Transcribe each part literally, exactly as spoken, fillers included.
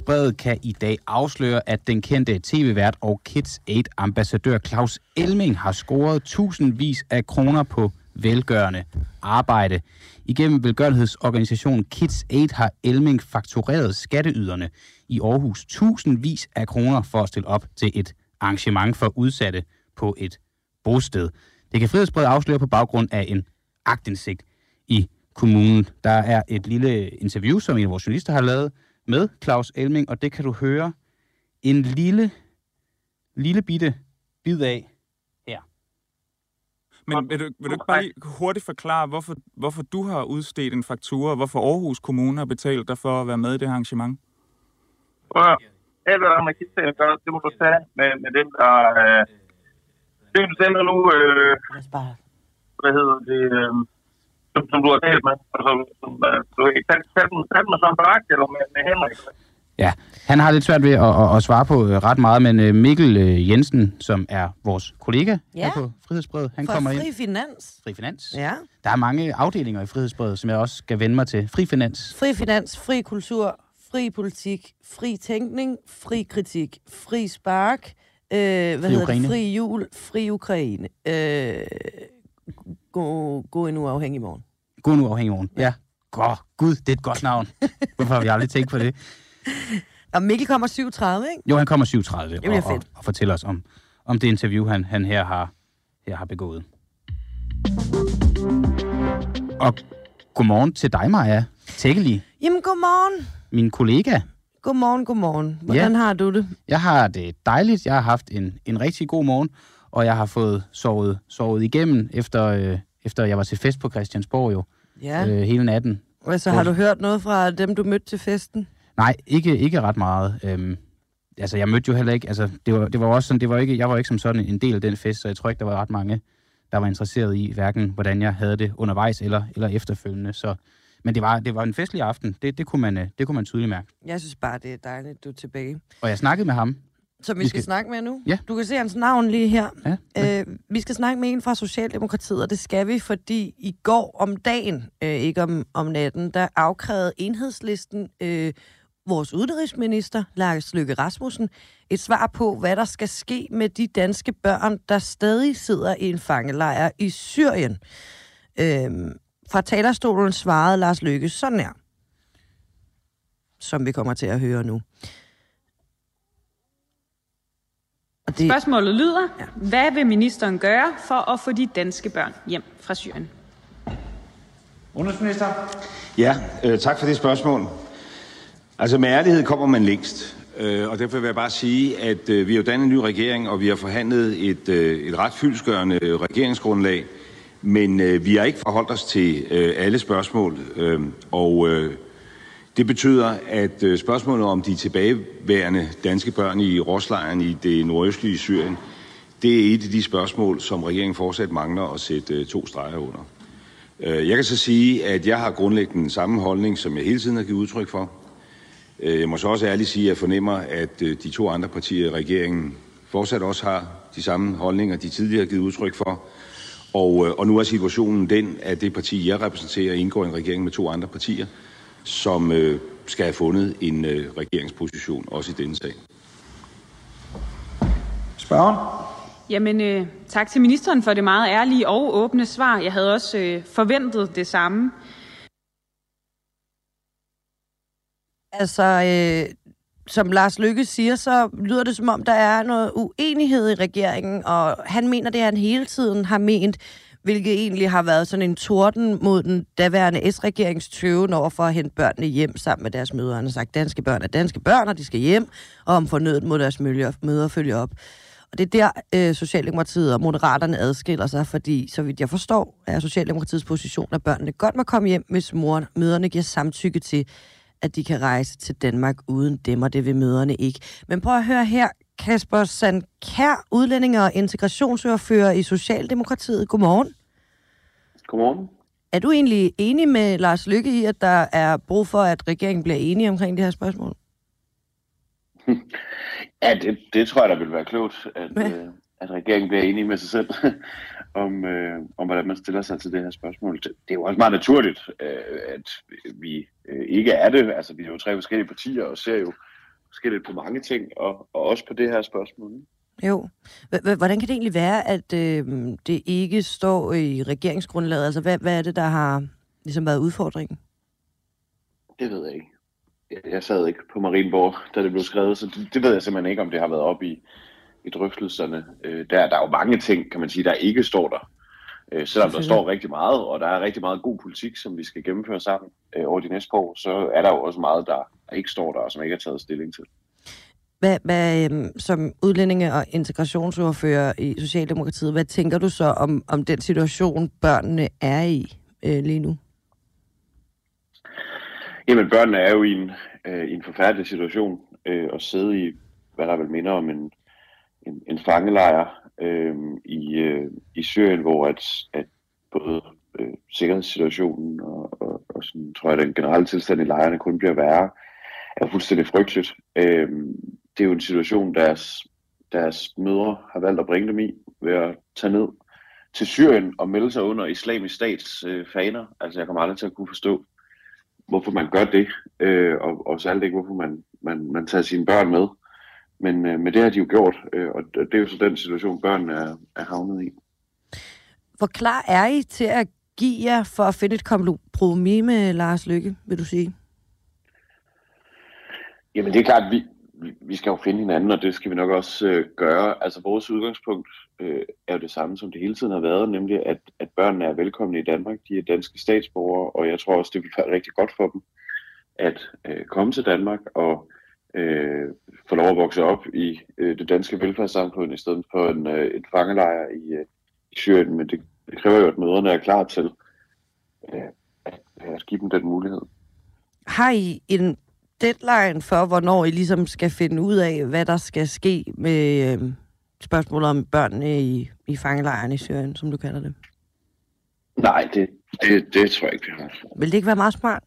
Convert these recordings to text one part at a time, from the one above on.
Frihedsbrevet kan i dag afsløre, at den kendte tv-vært og Kids Aid-ambassadør Claus Elming har scoret tusindvis af kroner på velgørende arbejde. Igennem velgørenhedsorganisationen Kids Aid har Elming faktureret skatteyderne i Aarhus tusindvis af kroner for at stille op til et arrangement for udsatte på et bosted. Det kan Frihedsbrevet afsløre på baggrund af en aktindsigt i kommunen. Der er et lille interview, som en af vores journalister har lavet med Claus Elming, og det kan du høre en lille, lille bitte bid af her. Men vil du, vil du ikke bare lige hurtigt forklare, hvorfor, hvorfor du har udstedt en faktura, og hvorfor Aarhus Kommune har betalt dig for at være med i det her arrangement? Ja, alt hvad der med Kids Aid gør, det må du tage med, med dem, der... Øh, det du sender nu... Øh, hvad hedder det... Øh, som, som du har talt med. Altså, som, du ikke talt med sådan Barak eller med, med Henrik. Ja, han har lidt svært ved at, at, at svare på ret meget, men Mikkel Jensen, som er vores kollega ja. her på Frihedsbrevet, han For kommer Fri ind. Finans. Fri Finans. Ja. Der er mange afdelinger i Frihedsbrevet, som jeg også skal vende mig til. Fri Finans. Fri Finans, fri kultur, fri politik, fri tænkning, fri kritik, fri spark, øh, hvad fri hedder Ukraine. det? Fri jul, fri Ukraine. Øh, gå, gå en uafhængig morgen. Gå en uafhængig morgen. Ja. God, Gud, det er et godt navn. Hvorfor har vi aldrig tænkt på det? Og Mikkel kommer syv tredive, ikke? Jo, han kommer syv tredive Det bliver og, og, og fortæller os om, om det interview, han, han her, har, her har begået. Og godmorgen til dig, Maja Tækkeli. Jamen, godmorgen. Min kollega. Godmorgen, godmorgen. Hvordan Ja. har du det? Jeg har det dejligt. Jeg har haft en, en rigtig god morgen, og jeg har fået sovet, sovet igennem, efter, øh, efter jeg var til fest på Christiansborg jo, Ja. øh, hele natten. Og så har du hørt noget fra dem, du mødte til festen? Nej, ikke, ikke ret meget. Øhm, altså, jeg mødte jo heller ikke, altså, det var, det var også sådan, det var ikke, jeg var ikke som sådan en del af den fest, så jeg tror ikke, der var ret mange, der var interesseret i, hverken hvordan jeg havde det undervejs eller, eller efterfølgende. Så, men det var, det var en festlig aften, det, det, kunne man, det kunne man tydeligt mærke. Jeg synes bare, det er dejligt, du er tilbage. Og jeg snakkede med ham. Som vi, Vi skal, skal- skal snakke med nu. Ja. Du kan se hans navn lige her. Ja, ja. Øh, vi skal snakke med en fra Socialdemokratiet, og det skal vi, fordi i går om dagen, øh, ikke om, om natten, der afkrævede Enhedslisten øh, vores udenrigsminister, Lars Løkke Rasmussen, et svar på, hvad der skal ske med de danske børn, der stadig sidder i en fangelejr i Syrien. Øh, fra talerstolen svarede Lars Løkke sådan her, som vi kommer til at høre nu. Og det, Spørgsmålet lyder, hvad vil ministeren gøre for at få de danske børn hjem fra Syrien? Udenrigsminister? Ja, øh, tak for det spørgsmål. Altså med ærlighed kommer man længst, øh, og derfor vil jeg bare sige, at øh, vi har dannet en ny regering, og vi har forhandlet et, øh, et ret fyldestgørende øh, regeringsgrundlag, men øh, vi har ikke forholdt os til øh, alle spørgsmål, øh, og øh, det betyder, at øh, spørgsmålet om de tilbageværende danske børn i Roslejren i det nordøstlige Syrien, det er et af de spørgsmål, som regeringen fortsat mangler at sætte øh, to streger under. Øh, jeg kan så sige, at jeg har grundlæggende den samme holdning, som jeg hele tiden har givet udtryk for. Øh, jeg må så også ærligt sige, at jeg fornemmer, at øh, de to andre partier i regeringen fortsat også har de samme holdninger, de tidligere har givet udtryk for. Og, øh, og nu er situationen den, at det parti, jeg repræsenterer, indgår i en regering med to andre partier, som øh, skal have fundet en øh, regeringsposition, også i denne sag. Spørgeren? Jamen, øh, tak til ministeren for det meget ærlige og åbne svar. Jeg havde også øh, forventet det samme. Altså, øh, som Lars Løkke siger, så lyder det som om, der er noget uenighed i regeringen, og han mener det, han hele tiden har ment, hvilket egentlig har været sådan en torden mod den daværende S-regerings tøven over for at hente børnene hjem sammen med deres mødre. Han har sagt, danske børn er danske børn, og de skal hjem, og om fornødet må deres mødre følge op. Og det er der, øh, Socialdemokratiet og Moderaterne adskiller sig, fordi, så vidt jeg forstår, er Socialdemokratiets position, at børnene godt må komme hjem, hvis mor, mødrene giver samtykke til, at de kan rejse til Danmark uden dem, og det vil mødrene ikke. Men prøv at høre her, Kasper Sandkær, udlændinge- og integrationsordfører i Socialdemokratiet. Godmorgen. Godmorgen. Er du egentlig enig med Lars Løkke i, at der er brug for, at regeringen bliver enige omkring det her spørgsmål? Ja, det, det tror jeg, der vil være klogt, at, Ja. øh, at regeringen bliver enige med sig selv om, øh, om, hvordan man stiller sig til det her spørgsmål. Det, det er jo også meget naturligt, øh, at vi øh, ikke er det. Altså, vi er jo tre forskellige partier og ser jo forskelligt på mange ting, og, og også på det her spørgsmål. Jo. Hvordan kan det egentlig være, at øh, det ikke står i regeringsgrundlaget? Altså, hvad, hvad er det, der har ligesom været udfordringen? Det ved jeg ikke. Jeg, jeg sad ikke på Marienborg, da det blev skrevet, så det, det ved jeg simpelthen ikke, om det har været op i, i drøftelserne. Øh, der, der er jo mange ting, kan man sige, der ikke står der. Øh, selvom der står rigtig meget, og der er rigtig meget god politik, som vi skal gennemføre sammen øh, over de næste par år, så er der jo også meget, der, der ikke står der, og som ikke er taget stilling til. Hvad, hvad, som udlændinge- og integrationsordfører i Socialdemokratiet, hvad tænker du så om, om den situation, børnene er i øh, lige nu? Jamen, børnene er jo i en, øh, i en forfærdelig situation øh, at sidde i, hvad der vel minder om en, en, en fangelejr øh, i, øh, i Syrien, hvor at, at både øh, sikkerhedssituationen og, og, og sådan, tror jeg, den generelle tilstand i lejrene kun bliver værre, er fuldstændig frygteligt. Øh, det er jo en situation, deres, deres mødre har valgt at bringe dem i ved at tage ned til Syrien og melde sig under Islamisk Stats øh, faner. Altså, jeg kommer aldrig til at kunne forstå, hvorfor man gør det, øh, og, og særligt ikke, hvorfor man, man, man tager sine børn med. Men, øh, men det har de jo gjort, øh, og det er jo så den situation, børnene er, er havnet i. Hvor klar er I til at give jer for at finde et kompromis med Lars Løkke, vil du sige? Jamen det er klart, at vi, vi skal jo finde hinanden, og det skal vi nok også øh, gøre. Altså vores udgangspunkt øh, er jo det samme, som det hele tiden har været, nemlig at, at børnene er velkomne i Danmark. De er danske statsborgere, og jeg tror også, det vil være rigtig godt for dem at øh, komme til Danmark og øh, få lov at vokse op i øh, det danske velfærdssamfund, i stedet for en, øh, en fangelejr i, øh, i Syrien. Men det, det kræver jo, at mødrene er klar til øh, at, at give dem den mulighed. Har I en deadline for, hvornår I ligesom skal finde ud af, hvad der skal ske med øh, spørgsmålet om børnene i, i fangelejren i Syrien, som du kalder det? Nej, det, det, det tror jeg ikke, vi har. Vil det ikke være meget smart?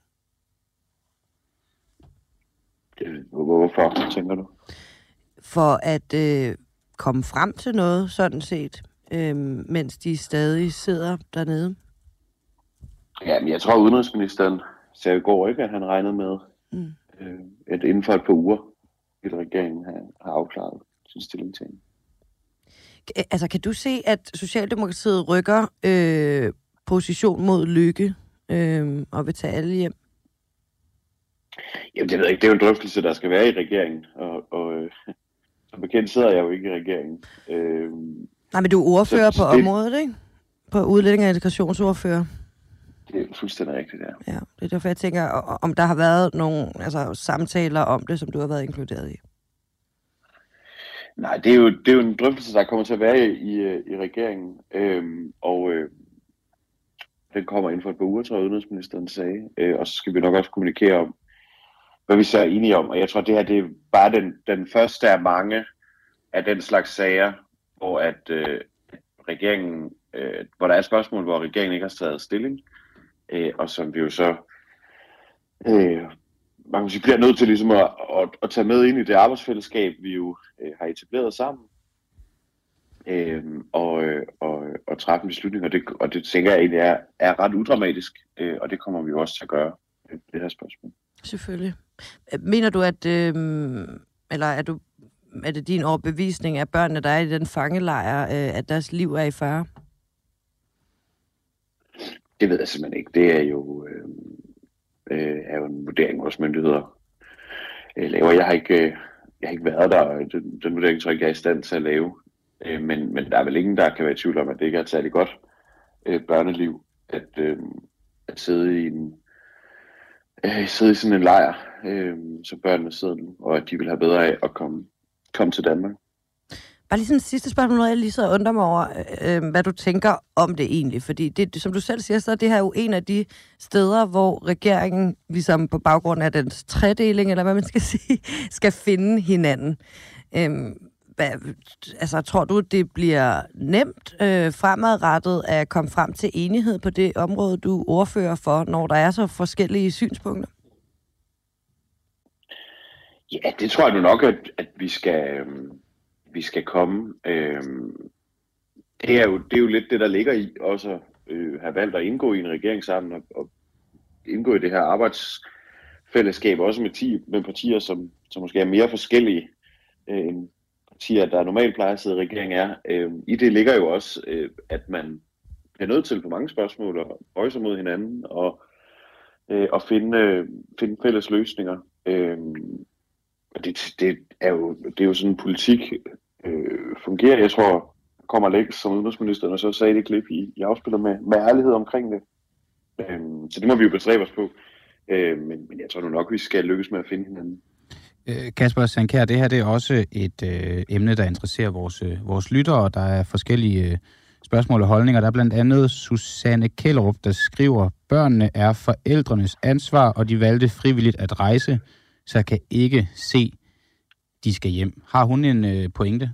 Det, hvorfor, tænker du? For at øh, komme frem til noget, sådan set, øh, mens de stadig sidder dernede? Ja, men jeg tror, udenrigsministeren sagde i går ikke, at han regnede med, mm. øh, at inden for et par uger, at regeringen har, har afklaret sin stillingtagen. Altså, kan du se, at Socialdemokratiet rykker øh, position mod Løkke øh, og vil tage alle hjem? Jamen, det ved jeg ikke. Det er jo en drøftelse, der skal være i regeringen, og, og øh, som bekendt sidder jeg jo ikke i regeringen. Øh, Nej, men du er ordfører så, på det, området, ikke? På udlænding- og integrationsordfører. Det er fuldstændig rigtigt, ja. Ja, det er derfor, jeg tænker, om der har været nogle altså, samtaler om det, som du har været inkluderet i. Nej, det er jo, det er jo en drøftelse, der kommer til at være i, i, i regeringen, øhm, og øh, den kommer inden for et par uger, tror jeg, udenrigsministeren sagde, øh, og så skal vi nok også kommunikere om, hvad vi så er enige om, og jeg tror, det her det er bare den, den første af mange af den slags sager, hvor at øh, regeringen, øh, hvor der er et spørgsmål, hvor regeringen ikke har taget stilling, øh, og som vi jo så øh, man kan sige, bliver nødt til ligesom at, at, at tage med ind i det arbejdsfællesskab, vi jo øh, har etableret sammen, øh, og, og, og træffe en beslutning, og det, og det tænker jeg egentlig er, er ret udramatisk, øh, og det kommer vi jo også til at gøre, det her spørgsmål. Selvfølgelig. Mener du, at, øh, eller er, du, er det din overbevisning, at børnene, der er i den fangelejr, øh, at deres liv er i fare? Det ved jeg simpelthen ikke. Det er jo... Øh, Øh, er jo en vurdering, vores myndigheder øh, laver. Jeg har ikke, øh, jeg har ikke været der, og den, den vurdering tror jeg ikke, jeg er i stand til at lave. Øh, men, men der er vel ingen, der kan være i tvivl om, at det ikke er et særligt godt øh, børneliv, at, øh, at sidde i en øh, sidde i sådan en lejr, øh, så børnene sidder nu, og at de vil have bedre af at komme, komme til Danmark. Bare lige sådan et sidste spørgsmål, noget jeg lige så undrer mig over, øh, hvad du tænker om det egentlig. Fordi det, som du selv siger, så er det her jo en af de steder, hvor regeringen, ligesom på baggrund af dens tredeling, eller hvad man skal sige, skal finde hinanden. Øh, hvad, altså, tror du, det bliver nemt øh, fremadrettet at komme frem til enighed på det område, du ordfører for, når der er så forskellige synspunkter? Ja, det tror jeg nu nok, at, at vi skal... Øh... vi skal komme. Øhm, det, er jo, det er jo lidt det, der ligger i også øh, have valgt at indgå i en regering sammen og, og indgå i det her arbejdsfællesskab fællesskab, også med, ti, med partier, som, som måske er mere forskellige øh, end partier, der normalt plejer at sidde i regering er. Øh, I det ligger jo også, øh, at man er nødt til på mange spørgsmål at bøje sig mod hinanden og, øh, og finde, øh, finde fælles løsninger. Øh, det, det, er jo, det er jo sådan en politik øh, fungerer. Jeg tror, kommer Alex som udenrigsminister, og så sagde det klip i, i afspiller med, med ærlighed omkring det. Øh, så det må vi jo bestræbe os på. Øh, men, men jeg tror nu nok, vi skal lykkes med at finde hinanden. Kasper Sandkjær, det her det er også et øh, emne, der interesserer vores, øh, vores lyttere, og der er forskellige øh, spørgsmål og holdninger. Der er blandt andet Susanne Kjellerup, der skriver, børnene er forældrenes ansvar, og de valgte frivilligt at rejse, så jeg kan ikke se, de skal hjem. Har hun en øh, pointe?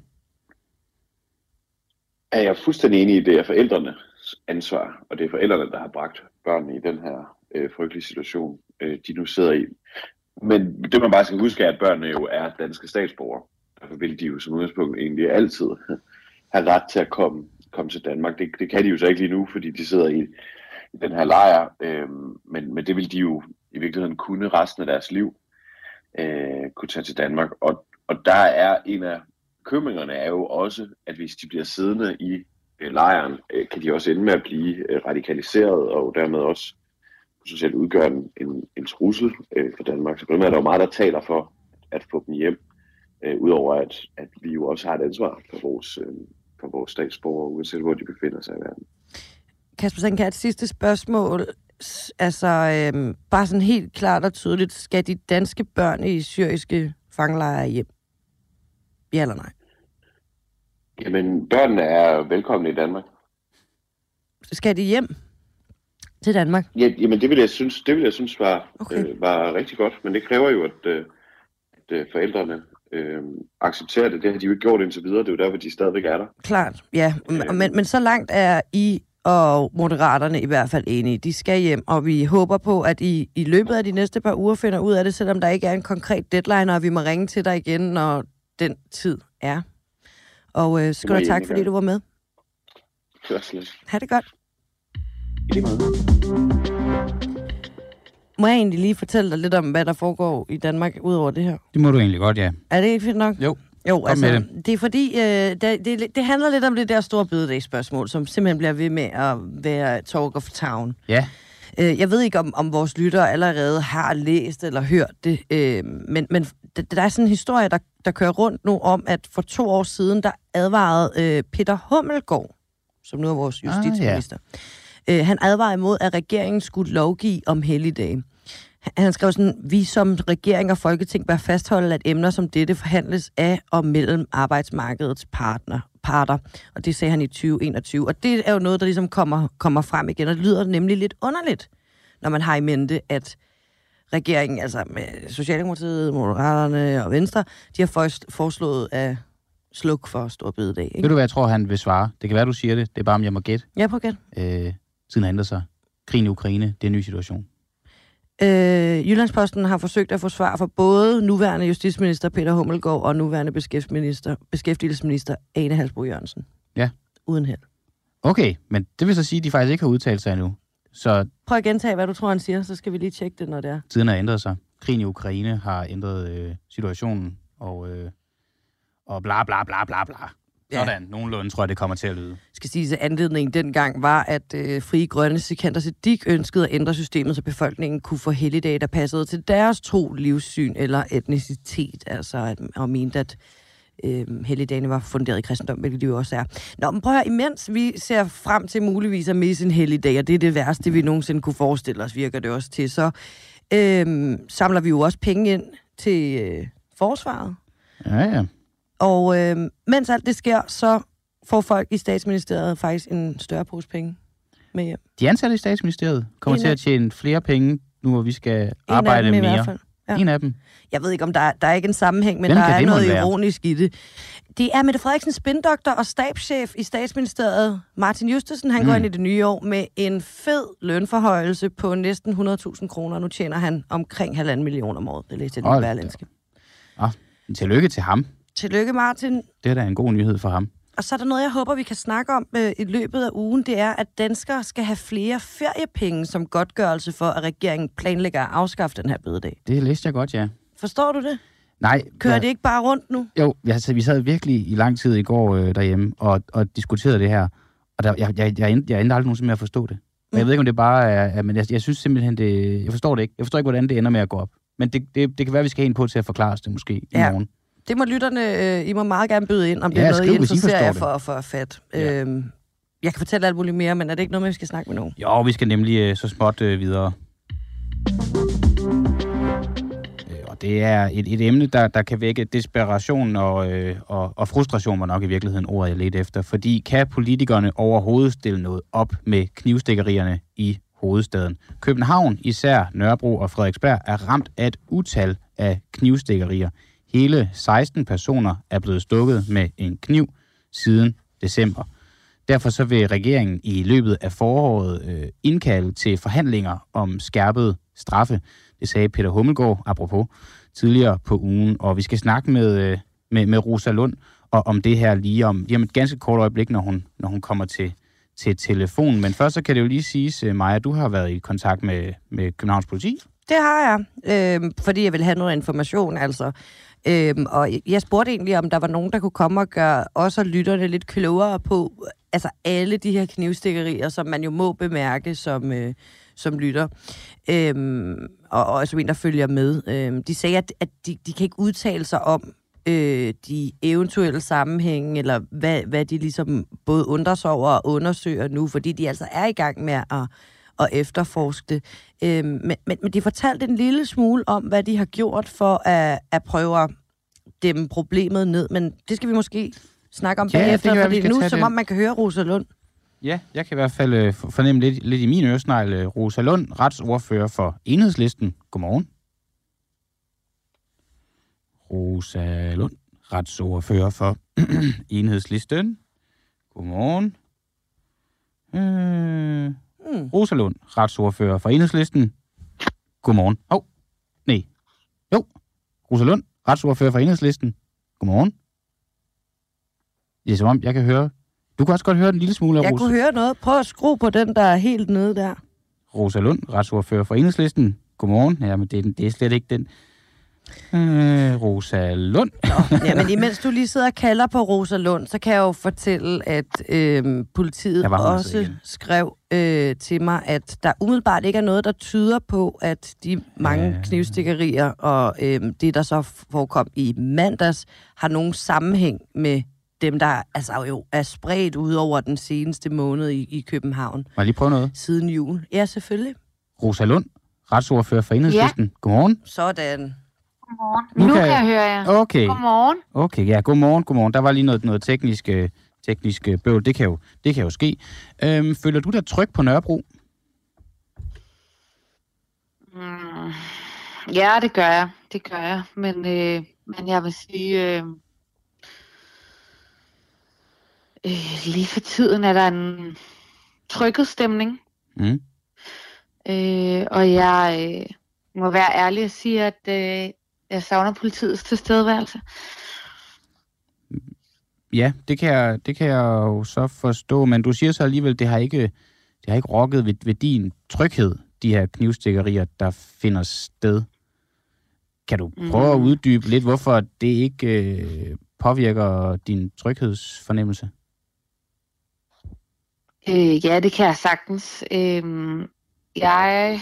Er jeg fuldstændig enig i, det er forældrenes ansvar, og det er forældrene, der har bragt børnene i den her øh, frygtelige situation, øh, de nu sidder i. Men det man bare skal huske er, at børnene jo er danske statsborgere. Derfor vil de jo som udgangspunkt egentlig altid have ret til at komme, komme til Danmark. Det, det kan de jo så ikke lige nu, fordi de sidder i, i den her lejr. Øh, men, men det vil de jo i virkeligheden kunne resten af deres liv øh, kunne tage til Danmark. Og, og der er en af bekymringerne er jo også, at hvis de bliver siddende i øh, lejren, øh, kan de også ende med at blive øh, radikaliseret og dermed også potentielt udgøre en, en, en trussel øh, for Danmark. Så på den måde er der jo meget, der taler for at få dem hjem, øh, udover at, at vi jo også har et ansvar for vores, øh, for vores statsborgere, uanset hvor de befinder sig i verden. Kasper Sandkjær, et sidste spørgsmål. Altså, øh, bare sådan helt klart og tydeligt, skal de danske børn i syriske fangelejre hjem? Ja eller nej? Jamen, børnene er velkomne i Danmark. Skal de hjem til Danmark? Ja, jamen det vil jeg synes, det vil jeg synes var, okay. øh, var rigtig godt, men det kræver jo, at, øh, at øh, forældrene øh, accepterer det. Det har de jo ikke gjort indtil videre, det er jo derfor, de stadigvæk er der. Klart, ja. Øh. Men, men så langt er I og Moderaterne i hvert fald enige. De skal hjem, og vi håber på, at I i løbet af de næste par uger finder ud af det, selvom der ikke er en konkret deadline, og vi må ringe til dig igen, når den tid er. Og øh, skal du tak, fordi du var med. Ha' det godt. Må jeg egentlig lige fortælle dig lidt om, hvad der foregår i Danmark ud over det her? Det må du egentlig godt, ja. Er det ikke fint nok? Jo. Jo, altså, det. det er fordi, øh, det, det, det handler lidt om det der store bededagsspørgsmål, som simpelthen bliver ved med at være talk of town. Ja. Øh, jeg ved ikke, om, om vores lyttere allerede har læst eller hørt det, øh, men, men der er sådan en historie, der, der kører rundt nu om, at for to år siden, der advarede øh, Peter Hummelgaard, som nu er vores justitsminister, ah, ja. øh, han advarede imod, at regeringen skulle lovgive om helligdage. Han skrev sådan, vi som regering og folketing bør fastholde, at emner som dette forhandles af og mellem arbejdsmarkedets partner, parter. Og det sagde han i tyve enogtyve. Og det er jo noget, der ligesom kommer, kommer frem igen, og det lyder nemlig lidt underligt, når man har i mente, at regeringen, altså med Socialdemokratiet, Moderaterne og Venstre, de har foreslået at slukke for Store Bededag. Ikke? Ved du, hvad jeg tror, han vil svare? Det kan være, du siger det. Det er bare, om jeg må gætte. Ja, på gæt. Øh, tiden har ændret sig. Krigen i Ukraine, det er en ny situation. Øh, Jyllandsposten har forsøgt at få svar fra både nuværende justitsminister Peter Hummelgaard og nuværende beskæftigelsesminister, beskæftigelsesminister Ane Halsboe Jørgensen. Ja. Uden held. Okay, men det vil så sige, at de faktisk ikke har udtalt sig endnu. Så prøv at gentage, hvad du tror, han siger, så skal vi lige tjekke det, når det er. Tiden har ændret sig. Krigen i Ukraine har ændret øh, situationen, og, øh, og bla bla bla bla bla. Sådan, ja. Nogenlunde tror jeg, det kommer til at lyde. Jeg skal sige, at anledningen dengang var, at øh, Frie Grønne Sikander Siddiq ønskede at ændre systemet, så befolkningen kunne få helligdage, der passede til deres tro, livssyn eller etnicitet. Altså, at, og mente, at øh, helligdagene var funderet i kristendom, hvilket de jo også er. Nå, men prøv at høre, imens vi ser frem til muligvis at misse en helligdag, og det er det værste, vi nogensinde kunne forestille os, virker det også til, så øh, samler vi jo også penge ind til øh, forsvaret. Ja, ja. Og øh, mens alt det sker, så får folk i statsministeriet faktisk en større pose penge med hjem. De ansatte i statsministeriet kommer en til at tjene flere penge, nu hvor vi skal en arbejde af dem, mere. I hvert fald. Ja. En af dem. Jeg ved ikke, om der er, der er ikke en sammenhæng, men Hvem der er noget være? ironisk i det. Det er Mette Frederiksen, spindoktor og stabschef i statsministeriet, Martin Justesen. Han mm. går ind i det nye år med en fed lønforhøjelse på næsten hundrede tusind kroner. Nu tjener han omkring halvanden million om året. Det læste jeg i Berlingske. Ah, tillykke til ham. Tillykke, Martin. Det er da en god nyhed for ham. Og så er der noget, jeg håber, vi kan snakke om øh, i løbet af ugen. Det er, at danskere skal have flere feriepenge som godtgørelse for, at regeringen planlægger at afskaffe den her bededag. Det læste jeg godt, ja. Forstår du det? Nej. Kører jeg... det ikke bare rundt nu? Jo, altså, vi sad virkelig i lang tid i går øh, derhjemme og, og diskuterede det her. Og der, jeg, jeg, jeg, endte, jeg endte aldrig nogensinde med at forstå det. Men jeg ved ikke, om det bare er... er men jeg, jeg synes simpelthen, det... Jeg forstår det ikke. Jeg forstår ikke, hvordan det ender med at gå op. Men det, det, det kan være, at vi skal have en på til at forklare os det måske i ja. morgen. Det må lytterne... Øh, I må meget gerne byde ind, om det ja, er noget, skriv, I interesserer jer I for at få fat. Ja. Øhm, jeg kan fortælle alt muligt mere, men er det ikke noget, vi skal snakke med nogen? Jo, vi skal nemlig øh, så småt øh, videre. Og det er et, et emne, der, der kan vække desperation og, øh, og, og frustration, var nok i virkeligheden ordet, jeg ledte efter. Fordi kan politikerne overhovedet stille noget op med knivstikkerierne i hovedstaden? København, især Nørrebro og Frederiksberg, er ramt af et utal af knivstikkerier. Hele seksten personer er blevet stukket med en kniv siden december. Derfor så vil regeringen i løbet af foråret øh, indkalde til forhandlinger om skærpet straffe. Det sagde Peter Hummelgaard, apropos, tidligere på ugen. Og vi skal snakke med, øh, med, med Rosa Lund og om det her lige om, lige om et ganske kort øjeblik, når hun, når hun kommer til, til telefonen. Men først så kan det jo lige siges, Maja, du har været i kontakt med, med Københavns politi. Det har jeg, øh, fordi jeg vil have noget information, altså. Øhm, og jeg spurgte egentlig, om der var nogen, der kunne komme og gøre os og lytterne lidt klogere på altså alle de her knivstikkerier, som man jo må bemærke som, øh, som lytter. Øhm, og, og altså en, der følger med. Øhm, de sagde, at, at de, de kan ikke udtale sig om øh, de eventuelle sammenhænge, eller hvad, hvad de ligesom både undrer sig over og undersøger nu, fordi de altså er i gang med at og efterforske det. Øhm, men, men, men de fortalte en lille smule om, hvad de har gjort for at, at prøve at dæmme problemet ned. Men det skal vi måske snakke om ja, bagefter, det for det er nu, som det. om man kan høre Rosa Lund. Ja, jeg kan i hvert fald øh, fornemme lidt, lidt i min øresnegl. Øh, Rosa Lund, retsordfører for Enhedslisten. Godmorgen. Rosa Lund, retsordfører for Enhedslisten. Godmorgen. Øh... Mm. Rosa Lund, retsordfører for Enhedslisten. Godmorgen. Åh, oh, nej. Jo, Rosa Lund, retsordfører for Enhedslisten. Godmorgen. Det er som om, jeg kan høre... Du kan også godt høre en lille smule af Jeg Rosa. kunne høre noget. Prøv at skrue på den, der er helt nede der. Rosa Lund, retsordfører for Enhedslisten. Godmorgen. Jamen, det er, det er slet ikke den... Øh, Rosa Lund. Nå, ja, men imens du lige sidder og kalder på Rosa Lund, så kan jeg jo fortælle, at øh, politiet også skrev øh, til mig, at der umiddelbart ikke er noget, der tyder på, at de mange ja. knivstikkerier og øh, det, der så forekom i mandags, har nogen sammenhæng med dem, der altså jo er spredt ud over den seneste måned i, i København. Må jeg lige prøve noget? Siden jul. Ja, selvfølgelig. Rosa Lund, retsordfører for Enhedslisten. Ja. Godmorgen. Sådan. Godmorgen. Nu, nu kan jeg, jeg høre jer. Okay. Godmorgen. Okay, ja, godmorgen, godmorgen. Der var lige noget, noget teknisk, teknisk bøvl. Det kan jo, det kan jo ske. Øhm, føler du dig tryg på Nørrebro? Mm, ja, det gør jeg. Det gør jeg. Men, øh, men jeg vil sige, øh, øh, lige for tiden er der en tryghedsstemning. Mm. Øh, og jeg... Øh, må være ærlig og sige, at øh, jeg savner politiets tilstedeværelse. Ja, det kan, jeg, det kan jeg jo så forstå, men du siger så alligevel, det har ikke, det har ikke rokket ved, ved din tryghed, de her knivstikkerier, der finder sted. Kan du prøve mm. at uddybe lidt, hvorfor det ikke øh, påvirker din tryghedsfornemmelse? Øh, ja, det kan jeg sagtens. Øh, jeg...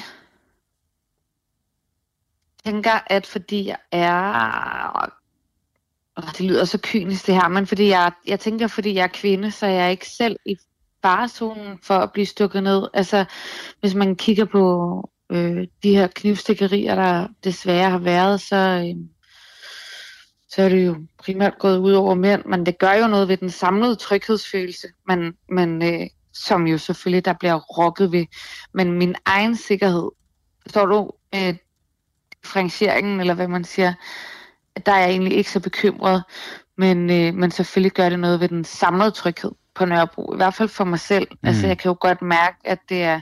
Jeg tænker, at fordi jeg er... Og det lyder så kynisk det her, men fordi jeg, jeg tænker, fordi jeg er kvinde, så er jeg ikke selv i farezonen for at blive stukket ned. Altså, hvis man kigger på øh, de her knivstikkerier, der desværre har været, så, øh, så er det jo primært gået ud over mænd. Men det gør jo noget ved den samlede tryghedsfølelse, men, men, øh, som jo selvfølgelig der bliver rokket ved. Men min egen sikkerhed, står du... Øh, differentieringen, eller hvad man siger, der er jeg egentlig ikke så bekymret, men, øh, men selvfølgelig gør det noget ved den samlede tryghed på Nørrebro, i hvert fald for mig selv. Mm. Altså jeg kan jo godt mærke, at det er,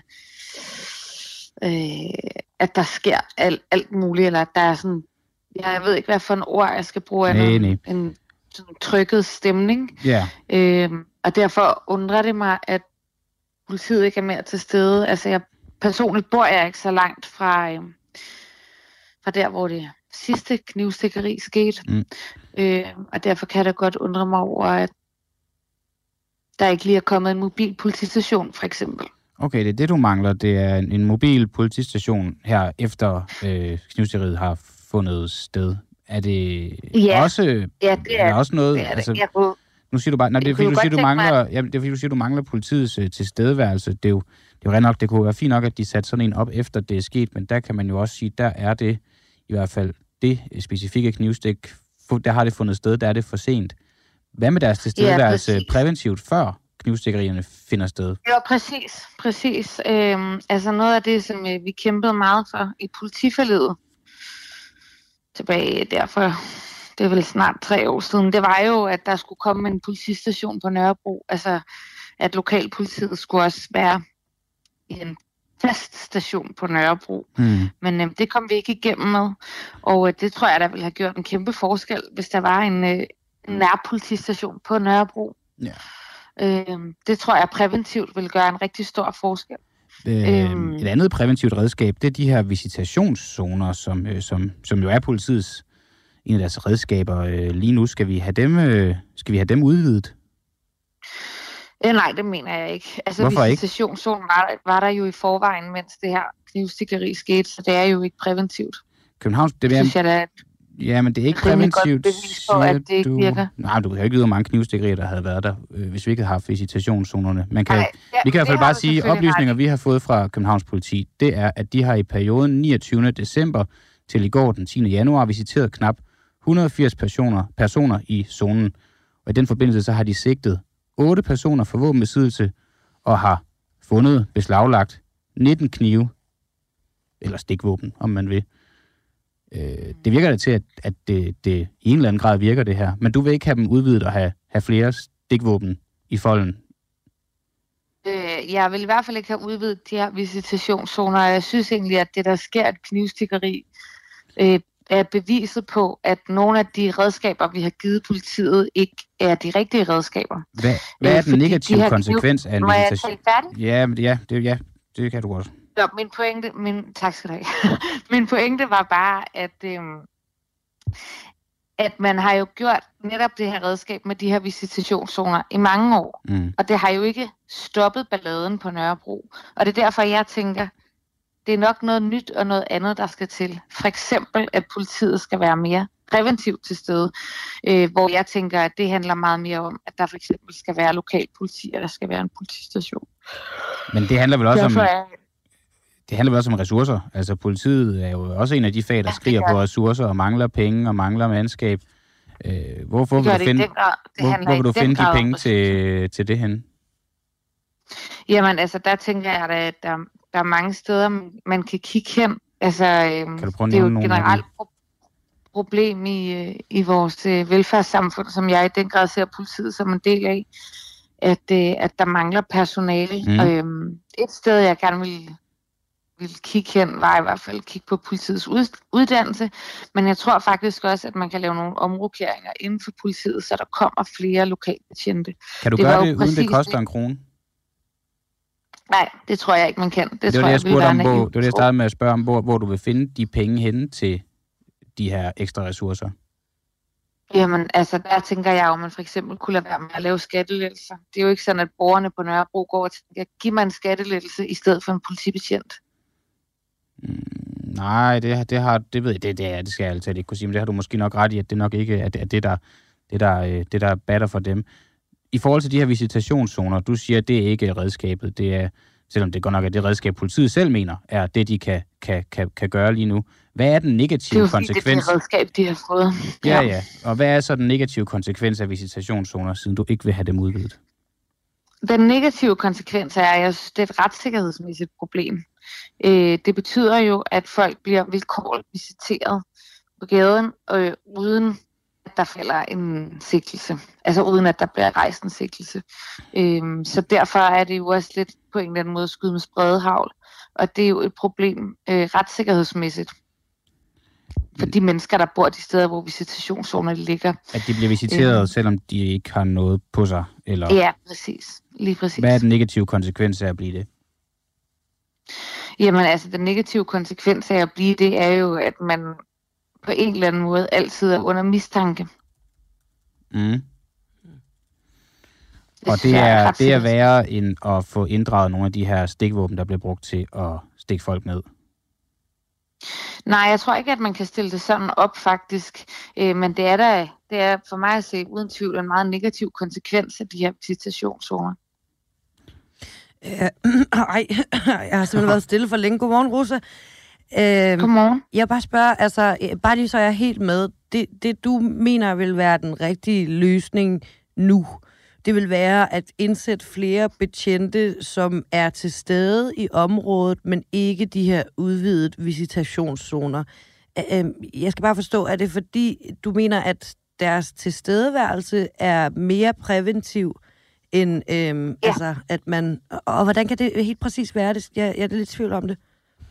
øh, at der sker alt, alt muligt, eller at der er sådan, jeg ved ikke, hvad for en ord, jeg skal bruge, nej, en, nej. en sådan trykket stemning. Ja. Øhm, og derfor undrer det mig, at politiet ikke er mere til stede. Altså jeg personligt bor jeg ikke så langt fra, øhm, fra der, hvor det sidste knivstikkeri skete. Mm. Øh, og derfor kan det godt undre mig over, at der ikke lige er kommet en mobil politistation, for eksempel. Okay, det er det, du mangler. Det er en, en mobil politistation her, efter øh, knivstikkeriet har fundet sted. Er det ja. også, ja, det er, er også noget... Det er det. Altså, jeg kunne, nu siger du bare... Nej, det er fordi, du siger, du mangler, ja, det er fordi, du siger, du mangler politiets øh, tilstedeværelse. Det er jo, det er jo rent nok, det kunne være fint nok, at de satte sådan en op, efter det er sket, men der kan man jo også sige, der er det, i hvert fald det specifikke knivstik, der har det fundet sted, der er det for sent. Hvad med deres tilstedeværelse ja, præventivt før knivstikkerierne finder sted? Ja, præcis. præcis. Øhm, altså noget af det, som øh, vi kæmpede meget for i politiforliget, tilbage derfor, det er vel snart tre år siden, det var jo, at der skulle komme en politistation på Nørrebro. Altså, at lokalpolitiet skulle også være en fast station på Nørrebro. Mm. Men øh, det kom vi ikke igennem med. Og øh, det tror jeg, der ville have gjort en kæmpe forskel, hvis der var en, øh, en nærpolitistation på Nørrebro. Ja. Øh, det tror jeg præventivt vil gøre en rigtig stor forskel. Øh, øhm. Et andet præventivt redskab, det er de her visitationszoner, som, øh, som, som jo er politiets en af deres redskaber. Øh, lige nu skal vi have dem, øh, skal vi have dem udvidet? Øh, nej, det mener jeg ikke. Altså, hvorfor ikke? Visitationszonen var, var der jo i forvejen, mens det her knivstikkeri skete, så det er jo ikke præventivt. Københavns... Det synes jeg da, ja, men det er ikke præventivt. Det er på, at det ikke du... virker. Nej, du kan jo ikke vide, hvor mange knivstikkerier, der havde været der, øh, hvis vi ikke havde haft visitationszonerne. Man kan, nej, ja, vi kan i hvert fald bare sige, at oplysninger, ret. vi har fået fra Københavns politi, det er, at de har i perioden niogtyvende december til i går den tiende januar visiteret knap et hundrede og firs personer, personer i zonen. Og i den forbindelse så har de sigtet otte personer for våbenbesiddelse og har fundet, beslaglagt nitten knive, eller stikvåben, om man vil. Øh, det virker da til, at, at det, det i en eller anden grad virker det her. Men du vil ikke have dem udvidet og have, have flere stikvåben i folden? Øh, jeg vil i hvert fald ikke have udvidet de her visitationszoner. Jeg synes egentlig, at det, der sker et knivstikkeri, øh, er beviset på, at nogle af de redskaber, vi har givet politiet, ikke er de rigtige redskaber. Hvad, hvad er den negative de konsekvens af en visitation? Må jeg tale ja, ja, det, ja, det kan du også. Ja, min pointe, min, tak skal du have. min pointe var bare, at, øhm, at man har jo gjort netop det her redskab med de her visitationszoner i mange år. Mm. Og det har jo ikke stoppet balladen på Nørrebro. Og det er derfor, jeg tænker, det er nok noget nyt og noget andet, der skal til. For eksempel, at politiet skal være mere præventivt til stede. Øh, hvor jeg tænker, at det handler meget mere om, at der for eksempel skal være lokalpoliti, og der skal være en politistation. Men det handler vel også derfor om... Er, Det handler vel også om ressourcer. Altså politiet er jo også en af de fag, der ja, skriger på ressourcer og mangler penge og mangler mandskab. Øh, hvor hvor vil du finde, hvor, hvor vil du finde de penge til, til det hen? Jamen altså, der tænker jeg, at der, der er mange steder, man kan kigge hen. Altså, øhm, kan du prøve det er jo et generelt pro- problem i, i vores øh, velfærdssamfund, som jeg i den grad ser politiet som en del af, at, øh, at der mangler personale. Mm. Og, øhm, et sted, jeg gerne vil vil kigge hen, var i hvert fald kigge på politiets uddannelse, men jeg tror faktisk også, at man kan lave nogle omrokeringer inden for politiet, så der kommer flere lokalbetjente. Kan du det gøre det, uden det koster en krone? Nej, det tror jeg ikke, man kan. Det, det tror var det, jeg, jeg om, hvor, det var det, jeg startede med at spørge om, hvor, hvor du vil finde de penge henne til de her ekstra ressourcer. Jamen, altså, der tænker jeg jo, at man for eksempel kunne lade være med at lave skattelettelser. Det er jo ikke sådan, at borgerne på Nørrebro går og tænker, giv mig en skattelettelse i stedet for en politibetjent. Mm, nej, det, det har det ved jeg, det, det, det skal jeg altid ikke kunne sige, men det har du måske nok ret i, at det nok ikke er det, det, der, det, der, det, der batter for dem. I forhold til de her visitationszoner, du siger, at det er ikke redskabet, det er, selvom det godt nok er det redskab, politiet selv mener, er det, de kan, kan, kan, kan gøre lige nu. Hvad er den negative det er konsekvens? Det er det redskab, de har fået. Ja, ja. Og hvad er så den negative konsekvens af visitationszoner, siden du ikke vil have dem udvidet? Den negative konsekvens er, at jeg synes, det er et retssikkerhedsmæssigt problem. Øh, det betyder jo, at folk bliver vilkårligt visiteret på gaden, øh, uden at der falder en sigtelse. Altså uden at der bliver rejst en sigtelse. Øh, så derfor er det jo også lidt på en eller anden måde skyde med spredehagl. Og det er jo et problem øh, retssikkerhedsmæssigt. for de mennesker, der bor de steder, hvor visitationszonerne ligger. At de bliver visiteret, øh. selvom de ikke har noget på sig? Eller... Ja, præcis. Lige præcis. Hvad er den negative konsekvens af at blive det? Jamen altså, den negative konsekvens af at blive det, er jo, at man på en eller anden måde altid er under mistanke. Mm. Og det er, det er værre end at få inddraget nogle af de her stikvåben, der bliver brugt til at stikke folk ned. Nej, jeg tror ikke, at man kan stille det sådan op, faktisk. Øh, men det er, der, det er for mig at se uden tvivl en meget negativ konsekvens af de her visitationszoner. Øh, ej, jeg har simpelthen været stille for længe. Godmorgen, Rosa. Øh, Godmorgen. Jeg vil bare spørge, altså, bare lige så jeg er helt med. Det, det, du mener vil være den rigtige løsning nu, det vil være at indsætte flere betjente, som er til stede i området, men ikke de her udvidede visitationszoner. Jeg skal bare forstå, er det fordi, du mener, at deres tilstedeværelse er mere præventiv, end øhm, ja. altså, at man... Og hvordan kan det helt præcis være? Det, jeg, jeg er lidt i tvivl om det.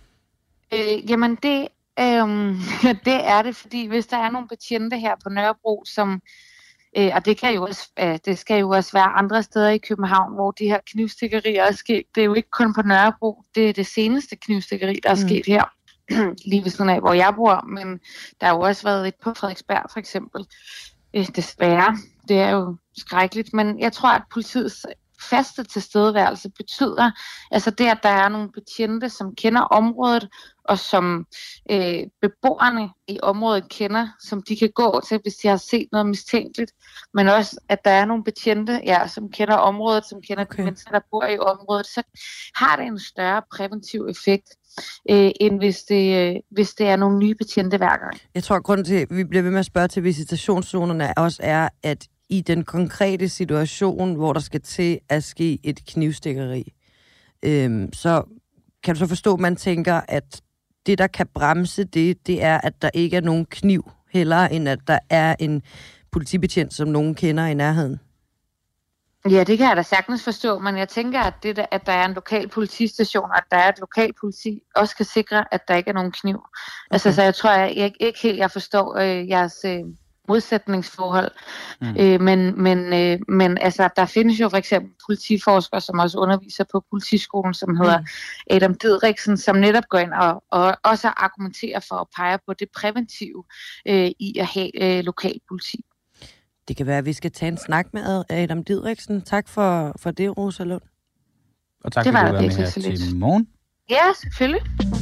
Øh, jamen, det, øhm, det er det, fordi hvis der er nogle betjente her på Nørrebro, som... Øh, og det, kan jo også, øh, det skal jo også være andre steder i København, hvor de her knivstikkerier er sket. Det er jo ikke kun på Nørrebro. Det er det seneste knivstikkeri, der er mm. sket her. Lige ved siden af, hvor jeg bor. Men der har jo også været et på Frederiksberg, for eksempel. Øh, desværre. Det er jo skrækkeligt. Men jeg tror, at politiets faste tilstedeværelse betyder, altså det, at der er nogle betjente, som kender området, og som øh, beboerne i området kender, som de kan gå til, hvis de har set noget mistænkeligt. Men også, at der er nogle betjente, ja, som kender området, som kender okay. de mennesker, der bor i området, så har det en større præventiv effekt, øh, end hvis det, øh, hvis det er nogle nye betjente hver gang. Jeg tror, at grunden til, at vi bliver ved med at spørge til visitationszonerne, også er, at i den konkrete situation, hvor der skal til at ske et knivstikkeri, øhm, så kan du så forstå, at man tænker, at det, der kan bremse det, det er, at der ikke er nogen kniv, hellere end at der er en politibetjent, som nogen kender i nærheden? Ja, det kan jeg da sagtens forstå, men jeg tænker, at, det der, at der er en lokal politistation, og at der er et lokal politi, også kan sikre, at der ikke er nogen kniv. Okay. Altså, så jeg tror jeg, jeg ikke helt, jeg forstår øh, jeres... Øh, modsætningsforhold. Mm. Øh, men, men, øh, men altså, der findes jo for eksempel politiforskere, som også underviser på politiskolen, som hedder mm. Adam Didriksen, som netop går ind og, og også argumenterer for at pege på det præventive øh, i at have øh, lokal politi. Det kan være, at vi skal tage en snak med Adam Didriksen. Tak for, for det, Rosa Lund. Og tak, for at du var med her til morgen. Ja, selvfølgelig.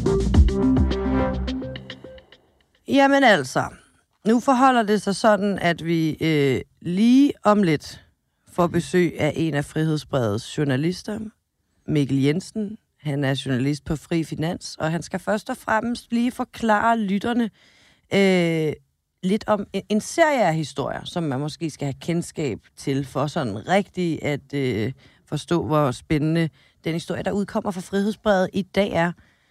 Jamen altså... Nu forholder det sig sådan, at vi øh, lige om lidt får besøg af en af Frihedsbredets journalister, Mikkel Jensen. Han er journalist på Fri Finans, og han skal først og fremmest lige forklare lytterne øh, lidt om en, en serie af historier, som man måske skal have kendskab til, for sådan rigtigt at øh, forstå, hvor spændende den historie, der udkommer fra Frihedsbredet i dag er.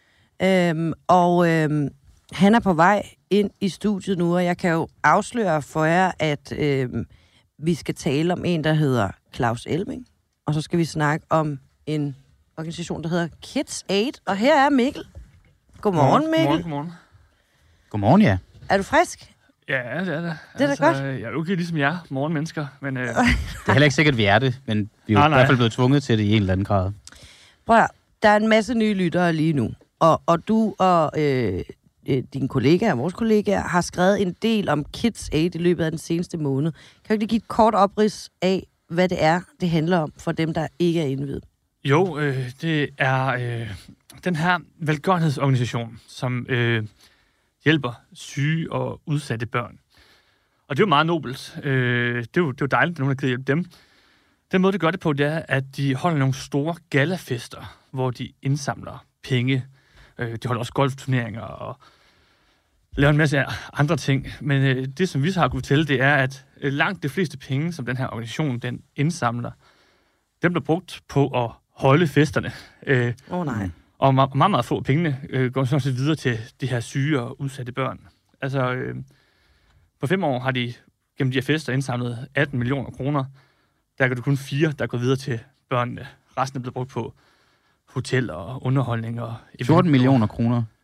Øh, og... Øh, Han er på vej ind i studiet nu, og jeg kan jo afsløre for jer, at øh, vi skal tale om en, der hedder Claus Elming. Og så skal vi snakke om en organisation, der hedder Kids Aid. Og her er Mikkel. Godmorgen, Mikkel. Godmorgen, godmorgen. Godmorgen, ja. Er du frisk? Ja, det er det. Det er altså, da godt. Jeg er jo ikke ligesom jer, morgenmennesker, men... Øh... Det er heller ikke sikkert, vi er det, men vi er jo i hvert fald blevet tvunget til det i en eller anden grad. Prøv at, der er en masse nye lyttere lige nu, og, og du og... Øh, dine kollegaer, vores kollegaer, har skrevet en del om Kids Aid i løbet af den seneste måned. Kan du ikke give et kort oprids af, hvad det er, det handler om for dem, der ikke er indvidet? Jo, øh, det er øh, den her velgørenhedsorganisation, som øh, hjælper syge og udsatte børn. Og det er jo meget nobelt. Øh, det, er jo, det er jo dejligt, at nogen har givet hjælp dem. Den måde, det gør det på, det er, at de holder nogle store gallafester, hvor de indsamler penge. De holder også golfturneringer og laver en masse andre ting. Men øh, det, som vi så har kunnet fortælle, det er, at øh, langt de fleste penge, som den her organisation den indsamler, dem bliver brugt på at holde festerne. Øh, oh, nej. Og meget, meget, meget få pengene øh, går sådan set videre til de her syge og udsatte børn. Altså, øh, på fem år har de gennem de her fester indsamlet atten millioner kroner. Der er det kun fire, der går videre til børnene. Resten er blevet brugt på hotel og underholdning og... fjorten millioner kroner.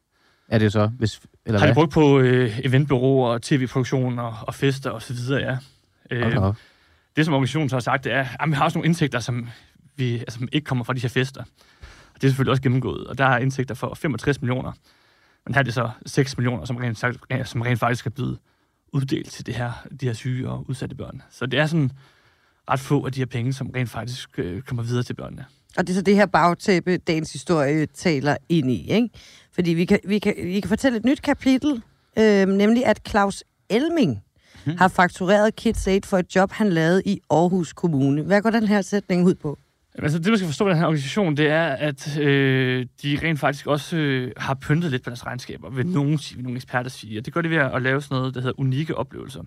er det så? Hvis, eller har hvad? de brugt på øh, eventbureauer, tv-produktioner og, og fester og så videre, ja. Øh, okay. Det, som organisationen så har sagt, det er, at vi har også nogle indtægter, som, vi, altså, som ikke kommer fra de her fester. Og det er selvfølgelig også gennemgået, og der er indtægter for femogtres millioner. Men her er det så seks millioner, som rent, som rent faktisk er blevet uddelt til det her, de her syge og udsatte børn. Så det er sådan ret få af de her penge, som rent faktisk øh, kommer videre til børnene. Og det er så det her bagtæppe, dagens historie taler ind i, ikke? Fordi vi kan, vi kan, vi kan fortælle et nyt kapitel, øh, nemlig at Claus Elming hmm. har faktureret Kids Aid for et job, han lavede i Aarhus Kommune. Hvad går den her sætning ud på? Altså, det, man skal forstå ved den her organisation, det er, at øh, de rent faktisk også øh, har pyntet lidt på deres regnskaber, vil nogen sige, vil nogle eksperter sige. Og det gør det ved at lave sådan noget, der hedder unikke oplevelser.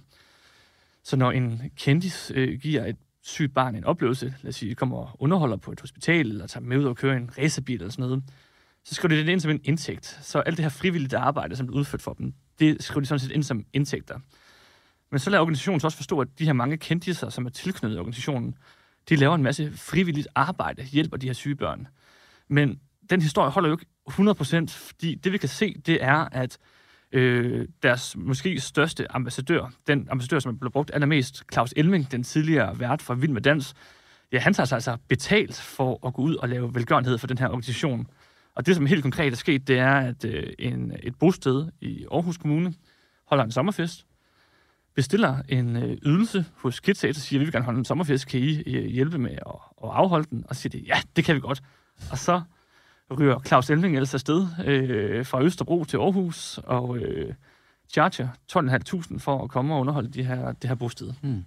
Så når en kendis øh, giver et sygt barn en oplevelse, lad os sige, de kommer og underholder på et hospital, eller tager med ud og kører en racerbil eller sådan noget, så skriver de det ind som en indtægt. Så alt det her frivillige arbejde, som er udført for dem, det skriver de sådan set ind som indtægter. Men så lader organisationen så også forstå, at de her mange kendiser, som er tilknyttet organisationen, de laver en masse frivilligt arbejde, hjælper de her syge børn. Men den historie holder jo ikke hundrede procent, fordi det vi kan se, det er, at øh, deres måske største ambassadør, den ambassadør, som er blevet brugt allermest, Claus Elming, den tidligere vært for Vild med Dans, ja, han tager sig altså betalt for at gå ud og lave velgørenhed for den her organisation. Og det, som helt konkret er sket, det er, at øh, en, et bosted i Aarhus Kommune holder en sommerfest, bestiller en øh, ydelse hos Kids Aid, og siger, at vi vil gerne holde en sommerfest, kan I øh, hjælpe med at, at afholde den? Og siger det, ja, det kan vi godt. Og så ryger Claus Elming ellers afsted øh, fra Østerbro til Aarhus, og øh, charger tolv tusind fem hundrede for at komme og underholde de her, det her bosted. Hmm.